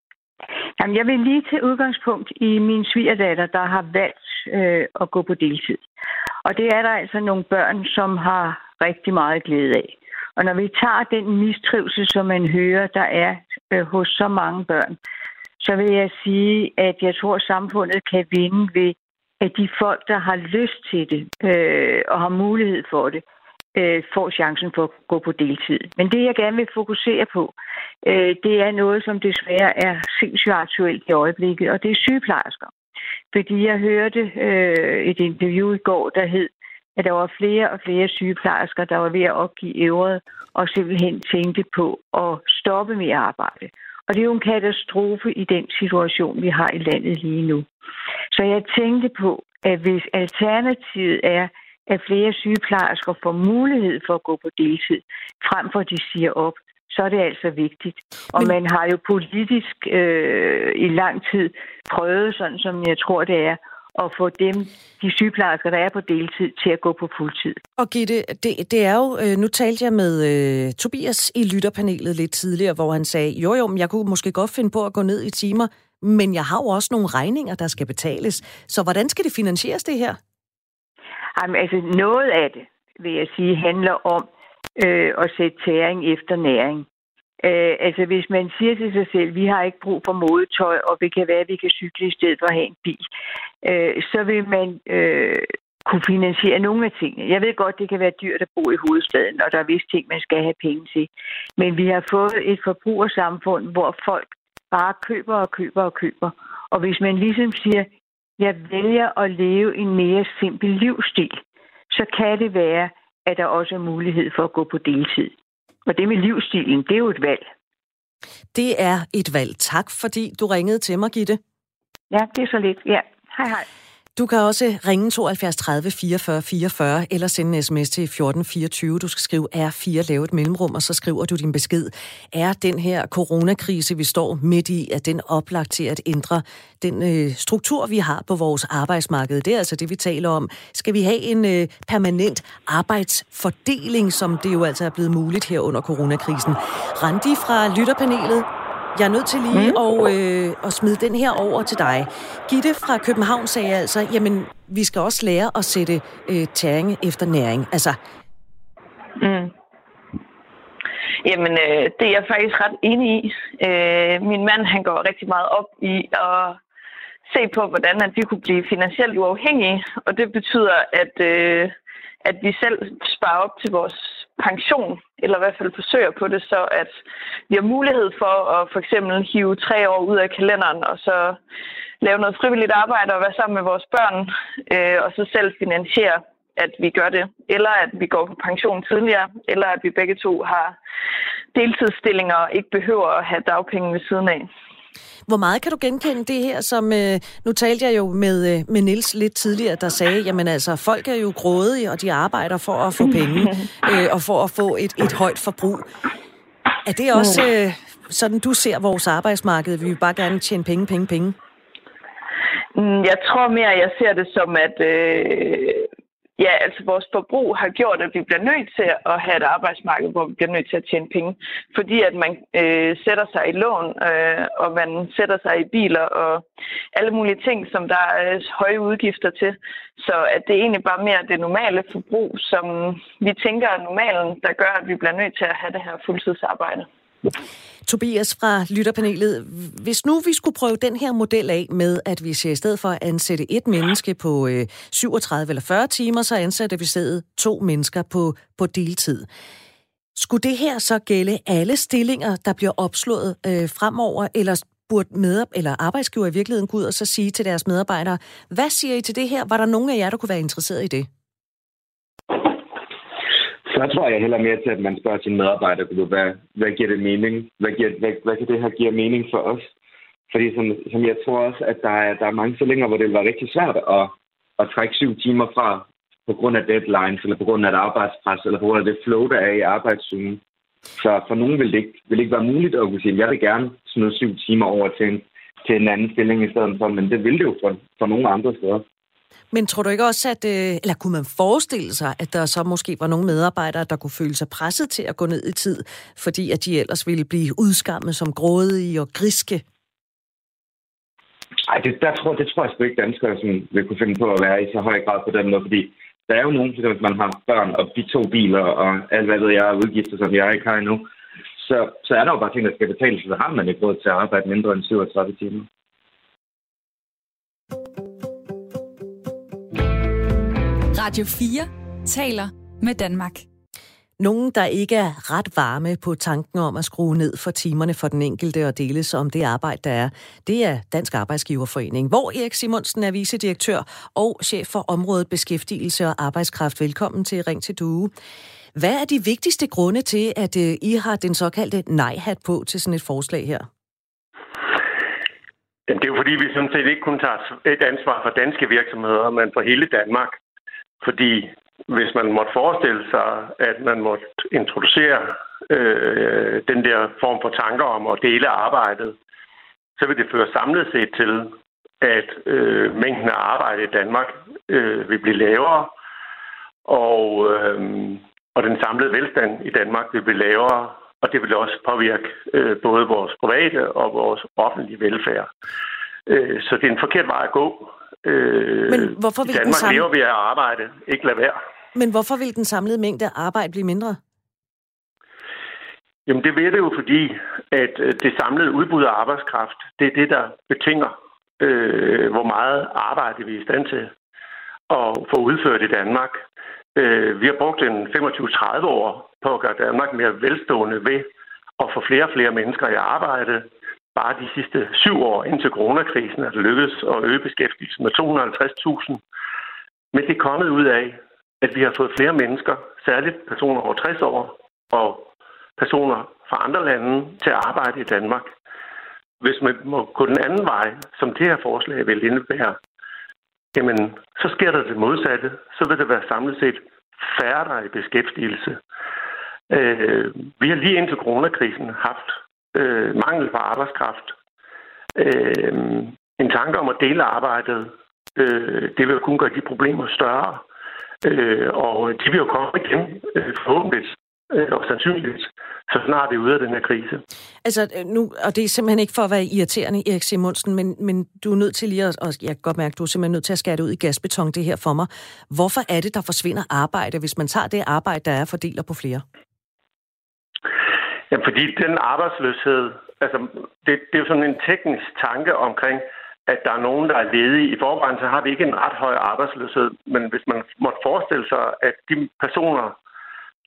Jamen, jeg vil lige tage udgangspunkt i min svigerdatter, der har valgt øh, at gå på deltid. Og det er der altså nogle børn, som har rigtig meget glæde af. Og når vi tager den mistrivsel, som man hører, der er øh, hos så mange børn, så vil jeg sige, at jeg tror, at samfundet kan vinde ved, at de folk, der har lyst til det øh, og har mulighed for det, øh, får chancen for at gå på deltid. Men det, jeg gerne vil fokusere på, øh, det er noget, som desværre er sindssygt aktuelt i øjeblikket, og det er sygeplejersker. Fordi jeg hørte øh, et interview i går, der hed, at der var flere og flere sygeplejersker, der var ved at opgive ævret og simpelthen tænkte på at stoppe med at arbejde. Og det er jo en katastrofe i den situation, vi har i landet lige nu. Så jeg tænkte på, at hvis alternativet er, at flere sygeplejersker får mulighed for at gå på deltid, frem for at de siger op, så er det altså vigtigt. Og Men... man har jo politisk øh, i lang tid prøvet, sådan som jeg tror det er, at få dem, de sygeplejersker, der er på deltid, til at gå på fuldtid. Og Gitte, det, det er jo, øh, nu talte jeg med øh, Tobias i lytterpanelet lidt tidligere, hvor han sagde, jo jo, men jeg kunne måske godt finde på at gå ned i timer, men jeg har jo også nogle regninger, der skal betales. Så hvordan skal det finansieres, det her? Jamen, altså noget af det, vil jeg sige, handler om øh, at sætte tæring efter næring. Øh, altså hvis man siger til sig selv, vi har ikke brug for modetøj, og det kan være, at vi kan cykle i stedet for at have en bil, øh, så vil man øh, kunne finansiere nogle af tingene. Jeg ved godt, det kan være dyrt at bo i hovedstaden, og der er visse ting, man skal have penge til. Men vi har fået et forbrugersamfund, hvor folk bare køber og køber og køber. Og hvis man ligesom siger, jeg vælger at leve en mere simpel livsstil, så kan det være, at der også er mulighed for at gå på deltid. Og det med livsstilen, det er jo et valg. Det er et valg. Tak, fordi du ringede til mig, Gitte. Ja, det er så lidt. Ja, hej hej. Du kan også ringe tooghalvfjerds tredive fireogfyrre fireogfyrre eller sende en sms til fjorten fireogtyve. Du skal skrive R fire, lave et mellemrum, og så skriver du din besked. Er den her coronakrise, vi står midt i, er den oplagt til at ændre den øh, struktur, vi har på vores arbejdsmarked? Det er altså det, vi taler om. Skal vi have en øh, permanent arbejdsfordeling, som det jo altså er blevet muligt her under coronakrisen? Randi fra lytterpanelet. Jeg er nødt til lige mm. at, øh, at smide den her over til dig. Gitte fra København sagde altså, jamen, vi skal også lære at sætte øh, tæring efter næring. Altså. Mm. Jamen, øh, det er jeg faktisk ret enig i. Øh, min mand, han går rigtig meget op i at se på, hvordan at vi kunne blive finansielt uafhængige. Og det betyder, at, øh, at vi selv sparer op til vores pension, eller i hvert fald forsøger på det, så at vi har mulighed for at for eksempel hive tre år ud af kalenderen, og så lave noget frivilligt arbejde og være sammen med vores børn, øh, og så selv finansiere, at vi gør det. Eller at vi går på pension tidligere, eller at vi begge to har deltidsstillinger og ikke behøver at have dagpenge ved siden af. Hvor meget kan du genkende det her, som øh, nu talte jeg jo med, øh, med Niels lidt tidligere, der sagde, jamen altså, folk er jo grådige, og de arbejder for at få penge, øh, og for at få et, et højt forbrug. Er det også øh, sådan, du ser vores arbejdsmarked? Vi vil bare gerne tjene penge, penge, penge? Jeg tror mere, jeg ser det som, at øh, ja, altså vores forbrug har gjort, at vi bliver nødt til at have et arbejdsmarked, hvor vi bliver nødt til at tjene penge. Fordi at man øh, sætter sig i lån, øh, og man sætter sig i biler og alle mulige ting, som der er høje udgifter til. Så at det er egentlig bare mere det normale forbrug, som vi tænker er normalen, der gør, at vi bliver nødt til at have det her fuldtidsarbejde. Tobias fra lytterpanelet, hvis nu vi skulle prøve den her model af med, at vi i stedet for at ansætte et menneske på øh, syvogtredive eller fyrre timer, så ansætter vi i stedet to mennesker på, på deltid. Skulle det her så gælde alle stillinger, der bliver opslået øh, fremover, eller burde medar- eller arbejdsgiver i virkeligheden gå ud og så sige til deres medarbejdere, hvad siger I til det her? Var der nogen af jer, der kunne være interesseret i det? Så tror jeg heller mere til, at man spørger sine medarbejdere, hvad, hvad giver det mening? Hvad, giver, hvad, hvad kan det her give mening for os? Fordi som, som jeg tror også, at der er, der er mange stillinger, hvor det vil være rigtig svært at, at trække syv timer fra på grund af deadlines, eller på grund af et arbejdspres, eller på grund af det flow, der er i arbejdsugen. Så for nogen vil det ikke, vil det ikke være muligt at kunne sige, at jeg vil gerne smide syv timer over til en, til en anden stilling i stedet for, men det vil det jo for, for nogle andre steder. Men tror du ikke også, at, eller kunne man forestille sig, at der så måske var nogle medarbejdere, der kunne føle sig presset til at gå ned i tid, fordi at de ellers ville blive udskammet som grådige og griske? Nej, det, der tror, det tror jeg sgu ikke danskere, som vil kunne finde på at være i så høj grad på den måde, fordi der er jo nogen, hvis man har børn og de to biler og alt, hvad ved jeg, udgifter, som jeg ikke har endnu, så, så er der jo bare ting, der skal betales, så har man ikke råd til at arbejde mindre end syvogtredive timer. Radio fire taler med Danmark. Nogen, der ikke er ret varme på tanken om at skrue ned for timerne for den enkelte og deles om det arbejde, der er, det er Dansk Arbejdsgiverforening, hvor Erik Simonsen er vicedirektør og chef for området beskæftigelse og arbejdskraft. Velkommen til Ring til Due. Hvad er de vigtigste grunde til, at I har den såkaldte nej-hat på til sådan et forslag her? Det er jo fordi, vi sådan set ikke kun tager et ansvar for danske virksomheder, men for hele Danmark. Fordi hvis man måtte forestille sig, at man måtte introducere øh, den der form for tanker om at dele arbejdet, så vil det føre samlet set til, at øh, mængden af arbejde i Danmark øh, vil blive lavere, og, øh, og den samlede velstand i Danmark vil blive lavere, og det vil også påvirke øh, både vores private og vores offentlige velfærd. Øh, så det er en forkert vej at gå. Øh, Men hvorfor vil I Danmark den samle... lever vi af arbejde, ikke lad være. Men hvorfor vil den samlede mængde af arbejde blive mindre? Jamen det vil det jo, fordi at det samlede udbud af arbejdskraft, det er det, der betinger, øh, hvor meget arbejde vi er i stand til at få udført i Danmark. Øh, vi har brugt en femogtyve til tredive år på at gøre Danmark mere velstående ved at få flere og flere mennesker i arbejde. Bare de sidste syv år indtil coronakrisen er det lykkedes at øge beskæftigelsen med to hundrede og halvtreds tusind. Men det er kommet ud af, at vi har fået flere mennesker, særligt personer over tres år og personer fra andre lande, til at arbejde i Danmark. Hvis man må gå den anden vej, som det her forslag vil indebære, jamen, så sker der det modsatte. Så vil det være samlet set færre, der er i beskæftigelse. Øh, vi har lige indtil coronakrisen haft øh, mangel på arbejdskraft. Øh, en tanke om at dele arbejdet, øh, det vil kun gøre de problemer større. Øh, og de vil jo komme igen, øh, forhåbentlig øh, og sandsynligt, så snart vi er ude af den her krise. Altså nu, og det er simpelthen ikke for at være irriterende, Erik Simonsen, men, men du er nødt til lige at, og jeg kan godt mærke, du er simpelthen nødt til at skære det ud i gasbeton, det her for mig. Hvorfor er det, der forsvinder arbejde, hvis man tager det arbejde, der er, og fordeler på flere? Jamen, fordi den arbejdsløshed, altså det, det er jo sådan en teknisk tanke omkring, at der er nogen, der er ledige. I forvejen så har vi ikke en ret høj arbejdsløshed, men hvis man måtte forestille sig, at de personer,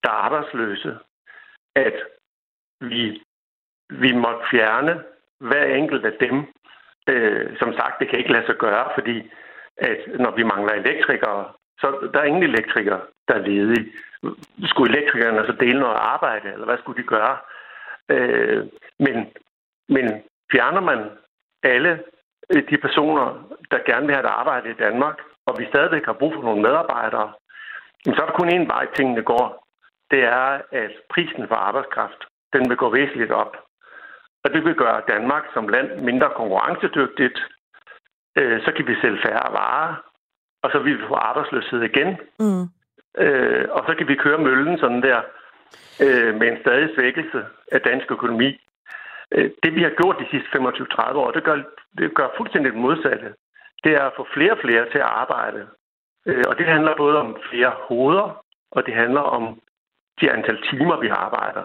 der er arbejdsløse, at vi, vi måtte fjerne hver enkelt af dem. Øh, som sagt, det kan ikke lade sig gøre, fordi at når vi mangler elektrikere, så der er ingen elektrikere, der er ledige. Skulle elektrikerne så dele noget arbejde, eller hvad skulle de gøre? Øh, men, men fjerner man alle de personer, der gerne vil have et arbejde i Danmark, og vi stadigvæk har brug for nogle medarbejdere, så er der kun én vej, tingene går. Det er, at prisen for arbejdskraft, den vil gå væsentligt op. Og det vil gøre Danmark som land mindre konkurrencedygtigt. Øh, så kan vi sælge færre varer, og så vil vi få arbejdsløshed igen. Mm. Øh, og så kan vi køre møllen sådan der øh, med en stadig svækkelse af dansk økonomi. Øh, det vi har gjort de sidste femogtyve til tredive år, det gør, det gør fuldstændig det modsatte. Det er at få flere og flere til at arbejde. Øh, og det handler både om flere hoveder, og det handler om de antal timer, vi arbejder.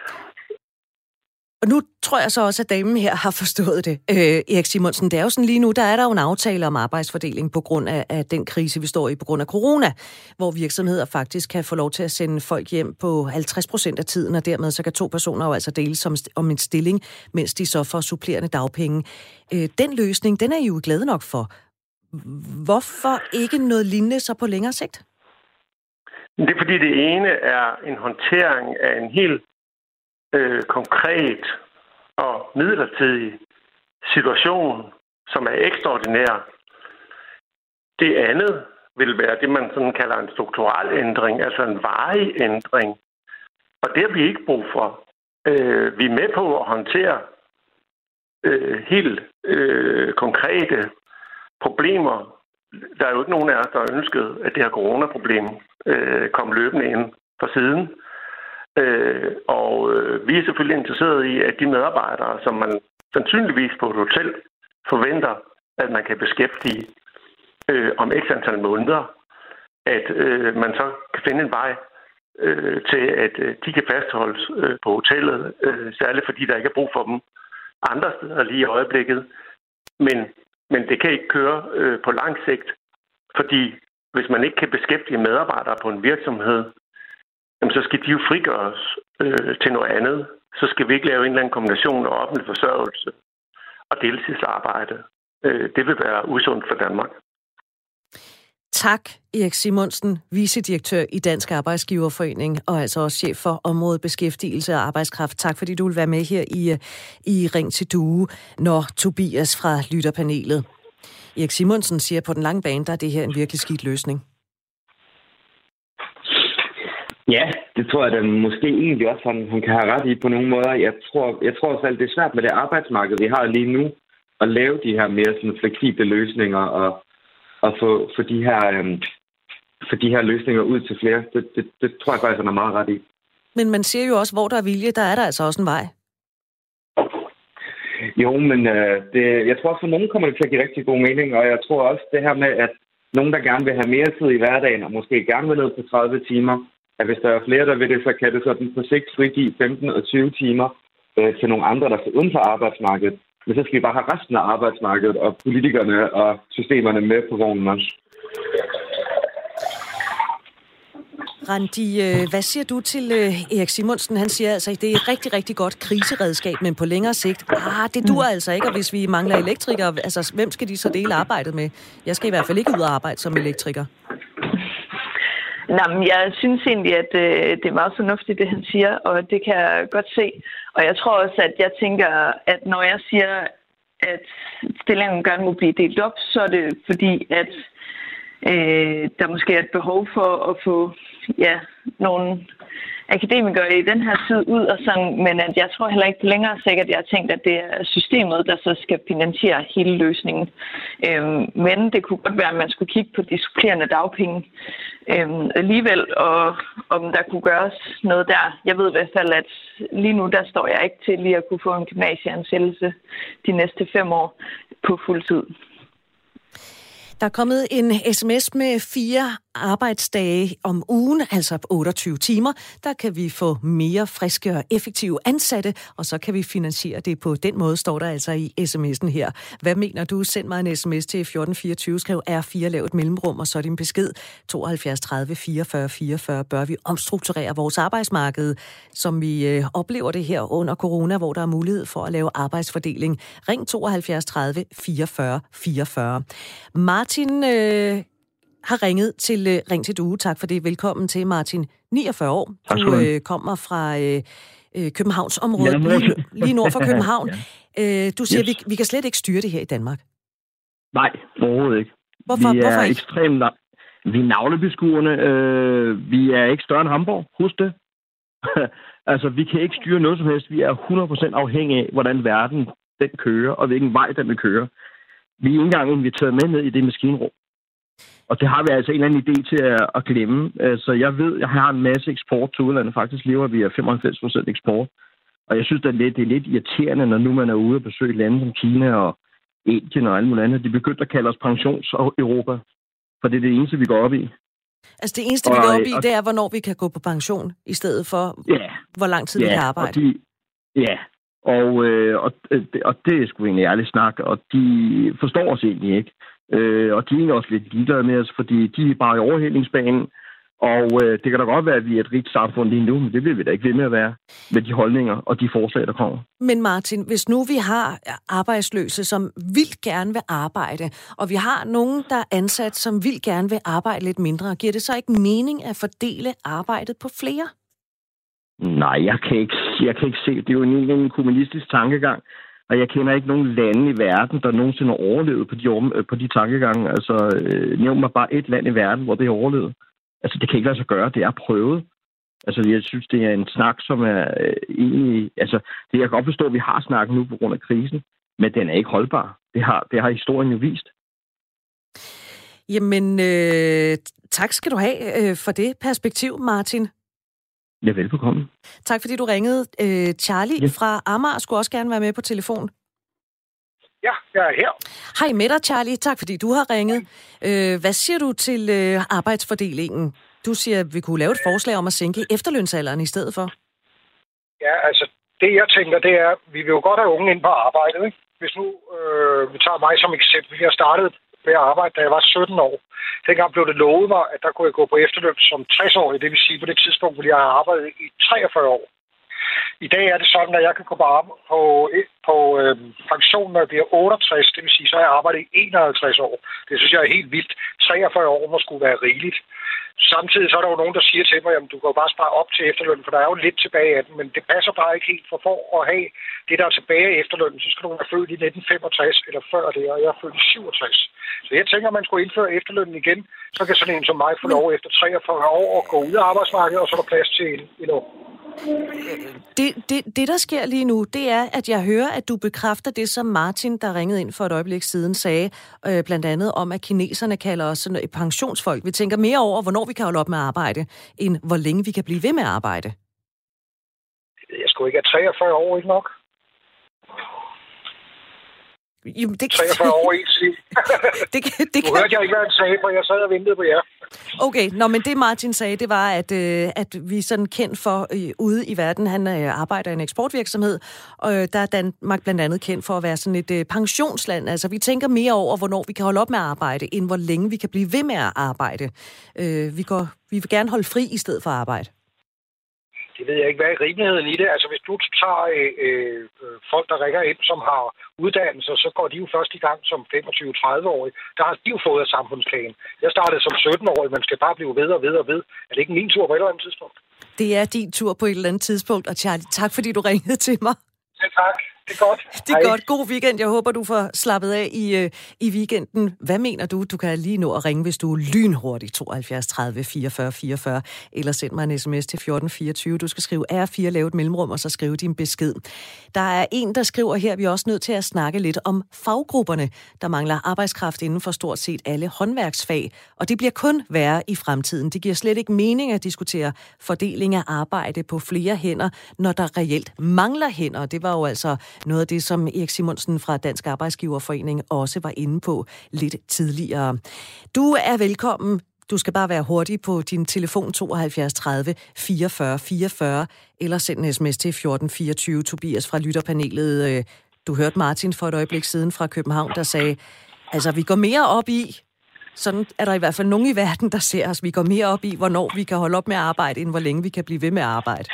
Og nu tror jeg så også, at damen her har forstået det. Øh, Erik Simonsen, det er jo sådan lige nu, der er der jo en aftale om arbejdsfordeling på grund af, af den krise, vi står i på grund af corona, hvor virksomheder faktisk kan få lov til at sende folk hjem på halvtreds procent af tiden, og dermed så kan to personer jo altså deles om, om en stilling, mens de så får supplerende dagpenge. Øh, den løsning, den er I jo glade nok for. Hvorfor ikke noget lignende så på længere sigt? Det er fordi det ene er en håndtering af en helt øh, konkret og midlertidig situation, som er ekstraordinær. Det andet vil være det, man sådan kalder en strukturel ændring, altså en varig ændring. Og det har vi ikke brug for. Øh, vi er med på at håndtere øh, helt øh, konkrete problemer. Der er jo ikke nogen af os, der har ønsket, at det her coronaproblem øh, kom løbende ind fra siden. Øh, og øh, vi er selvfølgelig interesseret i, at de medarbejdere, som man sandsynligvis på et hotel forventer, at man kan beskæftige øh, om x antal måneder, at øh, man så kan finde en vej øh, til, at øh, de kan fastholdes øh, på hotellet, øh, særligt fordi der ikke er brug for dem andre steder lige i øjeblikket. Men Men det kan ikke køre øh, på lang sigt, fordi hvis man ikke kan beskæftige medarbejdere på en virksomhed, jamen, så skal de jo frigøres øh, til noget andet. Så skal vi ikke lave en eller anden kombination af offentlig forsørgelse og deltidsarbejde. Øh, det vil være usundt for Danmark. Tak, Erik Simonsen, vicedirektør i Dansk Arbejdsgiverforening, og altså også chef for området beskæftigelse og arbejdskraft. Tak, fordi du vil være med her i, i Ring til Due, når Tobias fra lytterpanelet. Erik Simonsen siger, på den lange bane, der er det her en virkelig skidt løsning. Ja, det tror jeg da måske egentlig også, han, han kan have ret i på nogle måder. Jeg tror, jeg tror også, at det er svært med det arbejdsmarked, vi har lige nu, at lave de her mere sådan fleksible løsninger og og få, få, de her, øhm, få de her løsninger ud til flere. Det, det, det tror jeg faktisk, han er meget ret i. Men man siger jo også, hvor der er vilje, der er der altså også en vej. Jo, men øh, det, jeg tror også, for nogen kommer det til at give rigtig god mening, og jeg tror også det her med, at nogen, der gerne vil have mere tid i hverdagen, og måske gerne vil ned på tredive timer, at hvis der er flere, der vil det, så kan det sådan på sigt frigive femten og tyve timer øh, til nogle andre, der står uden for arbejdsmarkedet. Men så skal vi bare have resten af arbejdsmarkedet og politikerne og systemerne med på vognen også. Randi, hvad siger du til Erik Simonsen? Han siger altså, at det er et rigtig, rigtig godt kriseredskab, men på længere sigt, ah, det dur altså ikke, og hvis vi mangler elektrikere, altså hvem skal de så dele arbejdet med? Jeg skal i hvert fald ikke ud og arbejde som elektriker. Nej, men jeg synes egentlig, at øh, det er meget fornuftigt, det han siger, og det kan jeg godt se. Og jeg tror også, at jeg tænker, at når jeg siger, at stillingen gerne må blive delt op, så er det fordi, at øh, der måske er et behov for at få ja, nogle akademikere i den her tid ud, og sådan, men at jeg tror heller ikke på længere sikkert, jeg har tænkt, at det er systemet, der så skal finansiere hele løsningen. Øhm, men det kunne godt være, at man skulle kigge på de supplerende dagpenge øhm, alligevel, og om der kunne gøres noget der. Jeg ved i hvert fald, at lige nu, der står jeg ikke til lige at kunne få en gymnasieansættelse de næste fem år på fuld tid. Der er kommet en sms med fire arbejdsdage om ugen, altså otteogtyve timer. Der kan vi få mere friske og effektive ansatte, og så kan vi finansiere det på den måde, står der altså i sms'en her. Hvad mener du? Send mig en sms til fjorten fireogtyve, skriv R fire, lav et mellemrum, og så din besked tooghalvfjerds tredive fireogfyrre fireogfyrre. Bør vi omstrukturere vores arbejdsmarked, som vi øh, oplever det her under corona, hvor der er mulighed for at lave arbejdsfordeling? Ring tooghalvfjerds tredive fireogfyrre fireogfyrre. Martin øh, har ringet til øh, Ring til Due. Tak for det. Velkommen til, Martin. niogfyrre år. Du øh, kommer fra øh, øh, Københavnsområdet, ja, lige, lige nord for København. Ja. Øh, du siger, yes. vi, vi kan slet ikke styre det her i Danmark. Nej, overhovedet ikke. Hvorfor, vi er Hvorfor ikke? ekstremt la- vi er navlebeskuerne. Øh, vi er ikke større end Hamburg. Husk det. Altså, vi kan ikke styre noget som helst. Vi er hundrede procent afhængige af, hvordan verden den kører, og hvilken vej den vil køre. Vi er ikke engang inviteret med ned i det maskinrum. Og det har vi altså en eller anden idé til at, at glemme. Så jeg ved, jeg har en masse eksport til udlandet. Faktisk lever vi af femoghalvfems procent eksport. Og jeg synes, det er, lidt, det er lidt irriterende, når nu man er ude og besøge lande som Kina og Indien og alle mulige andre. De begyndte at kalde os pensions-Europa. For det er det eneste, vi går op i. Altså det eneste, og, vi går op i, og, det er, hvornår vi kan gå på pension, i stedet for, ja, hvor lang tid ja, vi kan arbejde. Og de, ja, og, øh, og, og det er sgu egentlig ærligt snak, og de forstår os egentlig ikke. Øh, og de er også lidt ligeglade med os, fordi de er bare i overhældingsbanen. Og øh, det kan da godt være, at vi er et rigt samfund lige nu, men det bliver vi da ikke ved med at være med de holdninger og de forslag, der kommer. Men Martin, hvis nu vi har arbejdsløse, som vildt gerne vil arbejde, og vi har nogen, der er ansat, som vildt gerne vil arbejde lidt mindre, giver det så ikke mening at fordele arbejdet på flere? Nej, jeg kan ikke, jeg kan ikke se. Det er jo en, en kommunistisk tankegang, og jeg kender ikke nogen lande i verden, der nogensinde har overlevet på de, på de tankegange. Altså, øh, nævn mig bare et land i verden, hvor det har overlevet. Altså, det kan ikke lade sig gøre. Det er prøvet. Altså, jeg synes, det er en snak, som er øh, egentlig... Altså, det jeg kan godt forstå, at vi har snakket nu på grund af krisen, men den er ikke holdbar. Det har, det har historien jo vist. Jamen, øh, tak skal du have øh, for det perspektiv, Martin. Ja, velbekomme. Tak, fordi du ringede. Øh, Charlie ja. fra Amager skulle også gerne være med på telefon. Ja, jeg er her. Hej med dig, Charlie. Tak, fordi du har ringet. Øh, hvad siger du til øh, arbejdsfordelingen? Du siger, at vi kunne lave et forslag om at sænke efterlønsalderen i stedet for. Ja, altså, det jeg tænker, det er, vi vil jo godt have unge ind på arbejdet, ikke? Hvis nu, øh, vi tager mig som eksempel. Jeg startede med at arbejde, da jeg var sytten år. Dengang blev det lovet mig, at der kunne jeg gå på efterløn som tres-årig. Det vil sige, på det tidspunkt, hvor jeg har arbejdet i treogfyrre år. I dag er det sådan, at jeg kan gå på, på, på øh, pension, når jeg bliver otteogtres. Det vil sige, så har jeg arbejdet i enoghalvtreds år. Det synes jeg er helt vildt. treogfyrre år må skulle være rigeligt. Samtidig så er der jo nogen, der siger til mig, at du kan jo bare spare op til efterløn, for der er jo lidt tilbage af den, men det passer bare ikke helt. For for at have det, der er tilbage af efterlønnen, så skal du være født i nitten femogtres eller før det, og jeg er født i syvogtres. Så jeg tænker, at man skulle indføre efterlønnen igen, så kan sådan en som mig få lov efter treogfyrre år at gå ud af arbejdsmarkedet, og så er der plads til en, en år. Det, det, det, der sker lige nu, det er, at jeg hører, at du bekræfter det, som Martin, der ringede ind for et øjeblik siden, sagde, øh, blandt andet om, at kineserne kalder os sådan et pensionsfolk. Vi tænker mere over, hvornår vi kan holde op med at arbejde, end hvor længe vi kan blive ved med at arbejde. Jeg skulle ikke have treogfyrre år, ikke nok? Jamen, det... treogfyrre år i siden. det, det, det du hørte jeg ikke, hvad han sagde, for jeg sad og ventede på jer. Okay, nå, men det Martin sagde, det var, at, øh, at vi er sådan kendt for øh, ude i verden. Han øh, arbejder i en eksportvirksomhed, og øh, der er Danmark blandt andet kendt for at være sådan et øh, pensionsland. Altså, vi tænker mere over, hvornår vi kan holde op med at arbejde, end hvor længe vi kan blive ved med at arbejde. Øh, vi, går, vi vil gerne holde fri i stedet for at arbejde. Det ved jeg ikke, hvad er rimeligheden i det. Altså, hvis du tager øh, øh, folk, der rækker ind, som har uddannelser, så går de jo først i gang som femogtyve til tredive-årige. Der har de jo fået af samfundskagen. Jeg startede som sytten-årig, man skal bare blive ved og ved og ved. Er det ikke min tur på et eller andet tidspunkt? Det er din tur på et eller andet tidspunkt, og Charlie, tak fordi du ringede til mig. Ja, tak. Det er godt. Det er Hej. godt. God weekend. Jeg håber, du får slappet af i, øh, i weekenden. Hvad mener du? Du kan lige nå at ringe, hvis du er lynhurtig. tooghalvfjerds tredive fireogfyrre fireogfyrre. Eller send mig en sms til fjorten fireogtyve. Du skal skrive R fire, lave et mellemrum, og så skrive din besked. Der er en, der skriver her, vi er også nødt til at snakke lidt om faggrupperne. Der mangler arbejdskraft inden for stort set alle håndværksfag. Og det bliver kun værre i fremtiden. Det giver slet ikke mening at diskutere fordeling af arbejde på flere hænder, når der reelt mangler hænder. Det var jo altså noget af det, som Erik Simonsen fra Dansk Arbejdsgiverforening også var inde på lidt tidligere. Du er velkommen Du skal bare være hurtig på din telefon tooghalvfjerds tredive fireogfyrre fireogfyrre, eller send en sms til fjorten fireogtyve. Tobias fra lytterpanelet. Du hørte Martin for et øjeblik siden fra København, der sagde, altså vi går mere op i, sådan er der i hvert fald nogen i verden, der ser os, vi går mere op i, hvornår vi kan holde op med at arbejde, end hvor længe vi kan blive ved med at arbejde.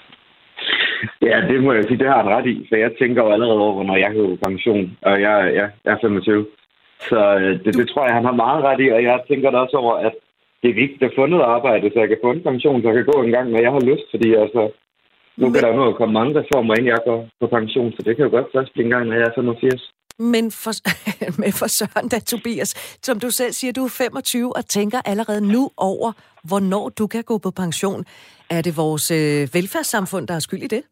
Ja, det må jeg sige, det har han ret i. Så jeg tænker jo allerede over, hvornår jeg kan gå på pension, og jeg, jeg, jeg er femogtyve. Så det, det tror jeg, han har meget ret i, og jeg tænker da også over, at det er vigtigt at få noget arbejde, så jeg kan få en pension, så jeg kan gå en gang, når jeg har lyst, fordi altså, nu kan men, der jo komme mange reformer, inden jeg går på pension, så det kan jo godt først blive en gang, når jeg er femogfirs. Men for, men for søren da, Tobias, som du selv siger, du er femogtyve og tænker allerede nu over, hvornår du kan gå på pension. Er det vores øh, velfærdssamfund, der er skyld i det?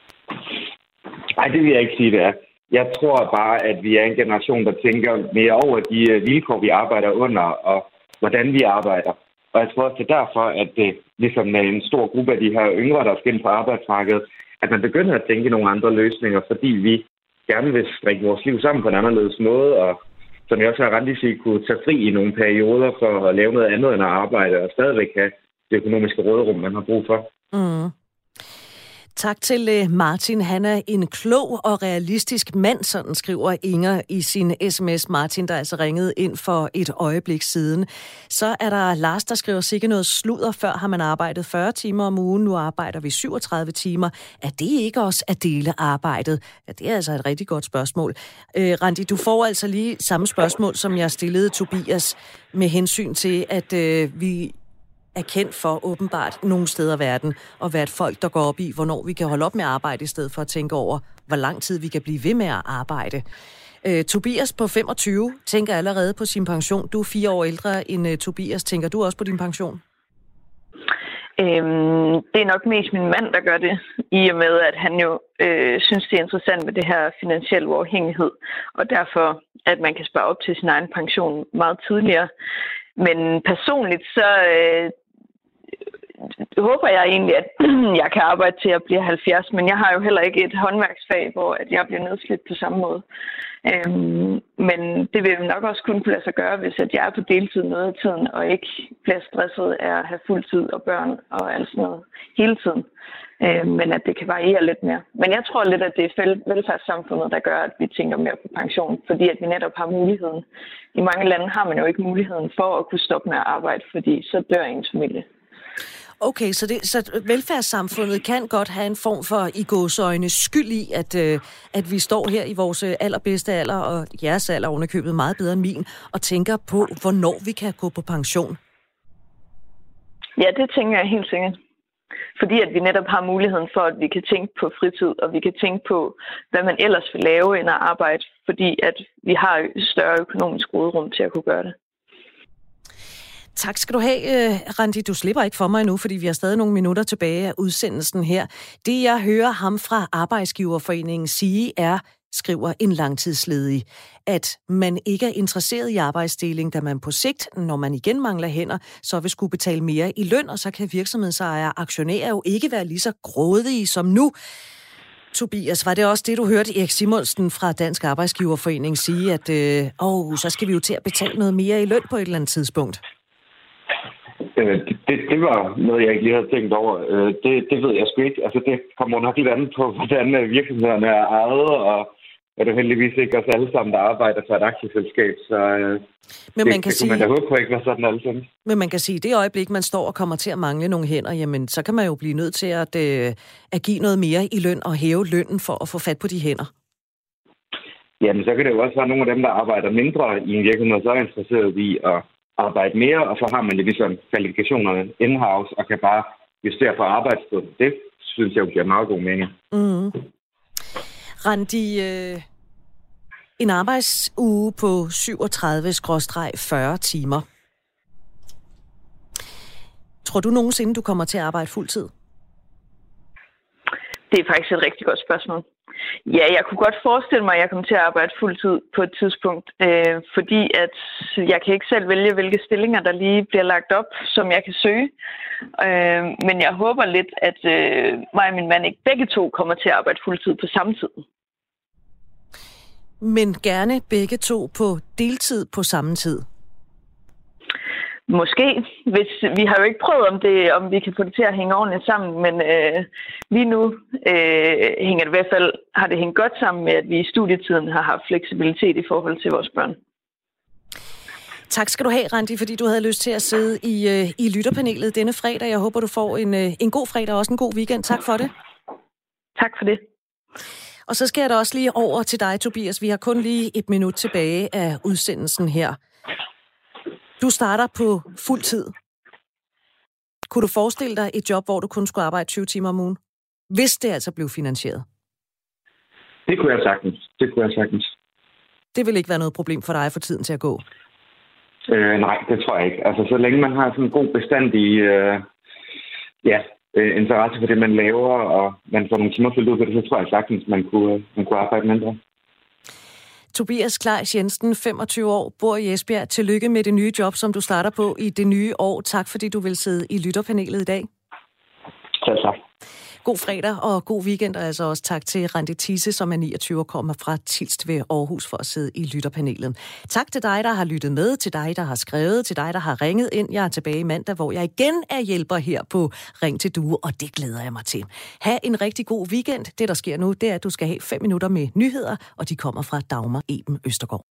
Nej, det vil jeg ikke sige, det er. Jeg tror bare, at vi er en generation, der tænker mere over de vilkår, vi arbejder under, og hvordan vi arbejder. Og jeg tror også, det er derfor, at det ligesom med en stor gruppe af de her yngre, der skal ind på arbejdsmarkedet, at man begynder at tænke nogle andre løsninger, fordi vi gerne vil strikke vores liv sammen på en anderledes måde, og som jeg også har rent i sig, kunne tage fri i nogle perioder for at lave noget andet end at arbejde, og stadigvæk have det økonomiske råderum, man har brug for. Mm. Tak til Martin. Han er en klog og realistisk mand, sådan skriver Inger i sin sms. Martin, der altså ringede ind for et øjeblik siden. Så er der Lars, der skriver sikke noget sludder. Før har man arbejdet fyrre timer om ugen, nu arbejder vi syvogtredive timer. Er det ikke også at dele arbejdet? Ja, det er altså et rigtig godt spørgsmål. Øh, Randi, du får altså lige samme spørgsmål, som jeg stillede Tobias, med hensyn til, at øh, vi er kendt for åbenbart nogle steder i verden at være et folk, der går op i, hvornår vi kan holde op med at arbejde, i stedet for at tænke over, hvor lang tid vi kan blive ved med at arbejde. Øh, Tobias på femogtyve tænker allerede på sin pension. Du er fire år ældre end uh, Tobias. Tænker du også på din pension? Øhm, det er nok mest min mand, der gør det, i og med, at han jo øh, synes, det er interessant med det her finansielle uafhængighed, og derfor, at man kan spare op til sin egen pension meget tidligere. Men personligt, så øh, håber jeg egentlig, at jeg kan arbejde til at blive halvfjerds, men jeg har jo heller ikke et håndværksfag, hvor at jeg bliver nedslidt på samme måde. Øhm, men det vil nok også kun kunne lade sig gøre, hvis at jeg er på deltid noget af tiden, og ikke bliver stresset af at have fuld tid og børn og alt sådan noget hele tiden. Øhm, men at det kan variere lidt mere. Men jeg tror lidt, at det er velfærdssamfundet, der gør, at vi tænker mere på pension, fordi at vi netop har muligheden. I mange lande har man jo ikke muligheden for at kunne stoppe med at arbejde, fordi så dør ens familie. Okay, så, det, så velfærdssamfundet kan godt have en form for i gåseøjne skyld i, at, øh, at vi står her i vores allerbedste alder, og jeres alder ovenikøbet meget bedre end min, og tænker på, hvornår vi kan gå på pension. Ja, det tænker jeg helt sikkert. Fordi at vi netop har muligheden for, at vi kan tænke på fritid, og vi kan tænke på, hvad man ellers vil lave end at arbejde, fordi at vi har større økonomisk råderum til at kunne gøre det. Tak skal du have, Randi. Du slipper ikke for mig nu, fordi vi har stadig nogle minutter tilbage af udsendelsen her. Det, jeg hører ham fra Arbejdsgiverforeningen sige, er, skriver en langtidsledig, at man ikke er interesseret i arbejdsdeling, da man på sigt, når man igen mangler hænder, så vil skulle betale mere i løn, og så kan virksomhedsejere og aktionærer jo ikke være lige så grådige som nu. Tobias, var det også det, du hørte Erik Simonsen fra Dansk Arbejdsgiverforening sige, at øh, åh, så skal vi jo til at betale noget mere i løn på et eller andet tidspunkt? Det, det, det var noget, jeg ikke lige havde tænkt over. Det, det ved jeg sgu ikke. Altså, det kommer nok lidt andet på, hvordan virksomhederne er ejet, og er det heldigvis ikke os alle sammen, der arbejder for et aktieselskab. Så men man det, kan det sige, man da håbe på ikke være sådan alle sammen. Men man kan sige, at det øjeblik, man står og kommer til at mangle nogle hænder, jamen, så kan man jo blive nødt til at, øh, at give noget mere i løn og hæve lønnen for at få fat på de hænder. Jamen, så kan det jo også være nogle af dem, der arbejder mindre i en virksomhed, så er interesseret i at arbejde mere, og så har man ligesom kvalifikationerne in-house, og kan bare justere på arbejdstiden. Det synes jeg jo giver meget god mening. Mm. Randi, øh, en arbejdsuge på syvogtredive til fyrre timer. Tror du nogensinde, du kommer til at arbejde fuldtid? Det er faktisk et rigtig godt spørgsmål. Ja, jeg kunne godt forestille mig, at jeg kommer til at arbejde fuldtid på et tidspunkt, øh, fordi at jeg kan ikke selv vælge, hvilke stillinger, der lige bliver lagt op, som jeg kan søge. Øh, men jeg håber lidt, at øh, mig og min mand ikke begge to kommer til at arbejde fuldtid på samme tid. Men gerne begge to på deltid på samme tid? Måske. Hvis, vi har jo ikke prøvet, om, det, om vi kan få det til at hænge ordentligt sammen, men øh, lige nu øh, hænger det i hvert fald, har det hængt godt sammen med, at vi i studietiden har haft fleksibilitet i forhold til vores børn. Tak skal du have, Randi, fordi du havde lyst til at sidde i, øh, i lytterpanelet denne fredag. Jeg håber, du får en, øh, en god fredag og også en god weekend. Tak for det. Tak for det. Og så skal jeg da også lige over til dig, Tobias. Vi har kun lige et minut tilbage af udsendelsen her. Du starter på fuld tid. Kunne du forestille dig et job, hvor du kun skulle arbejde tyve timer om ugen? Hvis det altså blev finansieret. Det kunne jeg sagtens. Det kunne jeg sagtens. Det vil ikke være noget problem for dig at få tiden til at gå? Øh, nej, det tror jeg ikke. Altså, så længe man har sådan en god bestandig øh, ja, øh, interesse for det, man laver, og man får nogle timer fyldt ud på det, så tror jeg sagtens, man kunne, man kunne arbejde mindre. Tobias Kleis Jensen, femogtyve år, bor i Esbjerg. Tillykke med det nye job, som du starter på i det nye år. Tak, fordi du vil sidde i lytterpanelet i dag. Selv tak. God fredag og god weekend, og altså også tak til Randi Thise, som er niogtyve og kommer fra Tilst ved Aarhus for at sidde i lytterpanelet. Tak til dig, der har lyttet med, til dig, der har skrevet, til dig, der har ringet ind. Jeg er tilbage i mandag, hvor jeg igen er hjælper her på Ring til Due, og det glæder jeg mig til. Ha' en rigtig god weekend. Det, der sker nu, det er, at du skal have fem minutter med nyheder, og de kommer fra Dagmar Eben Østergaard.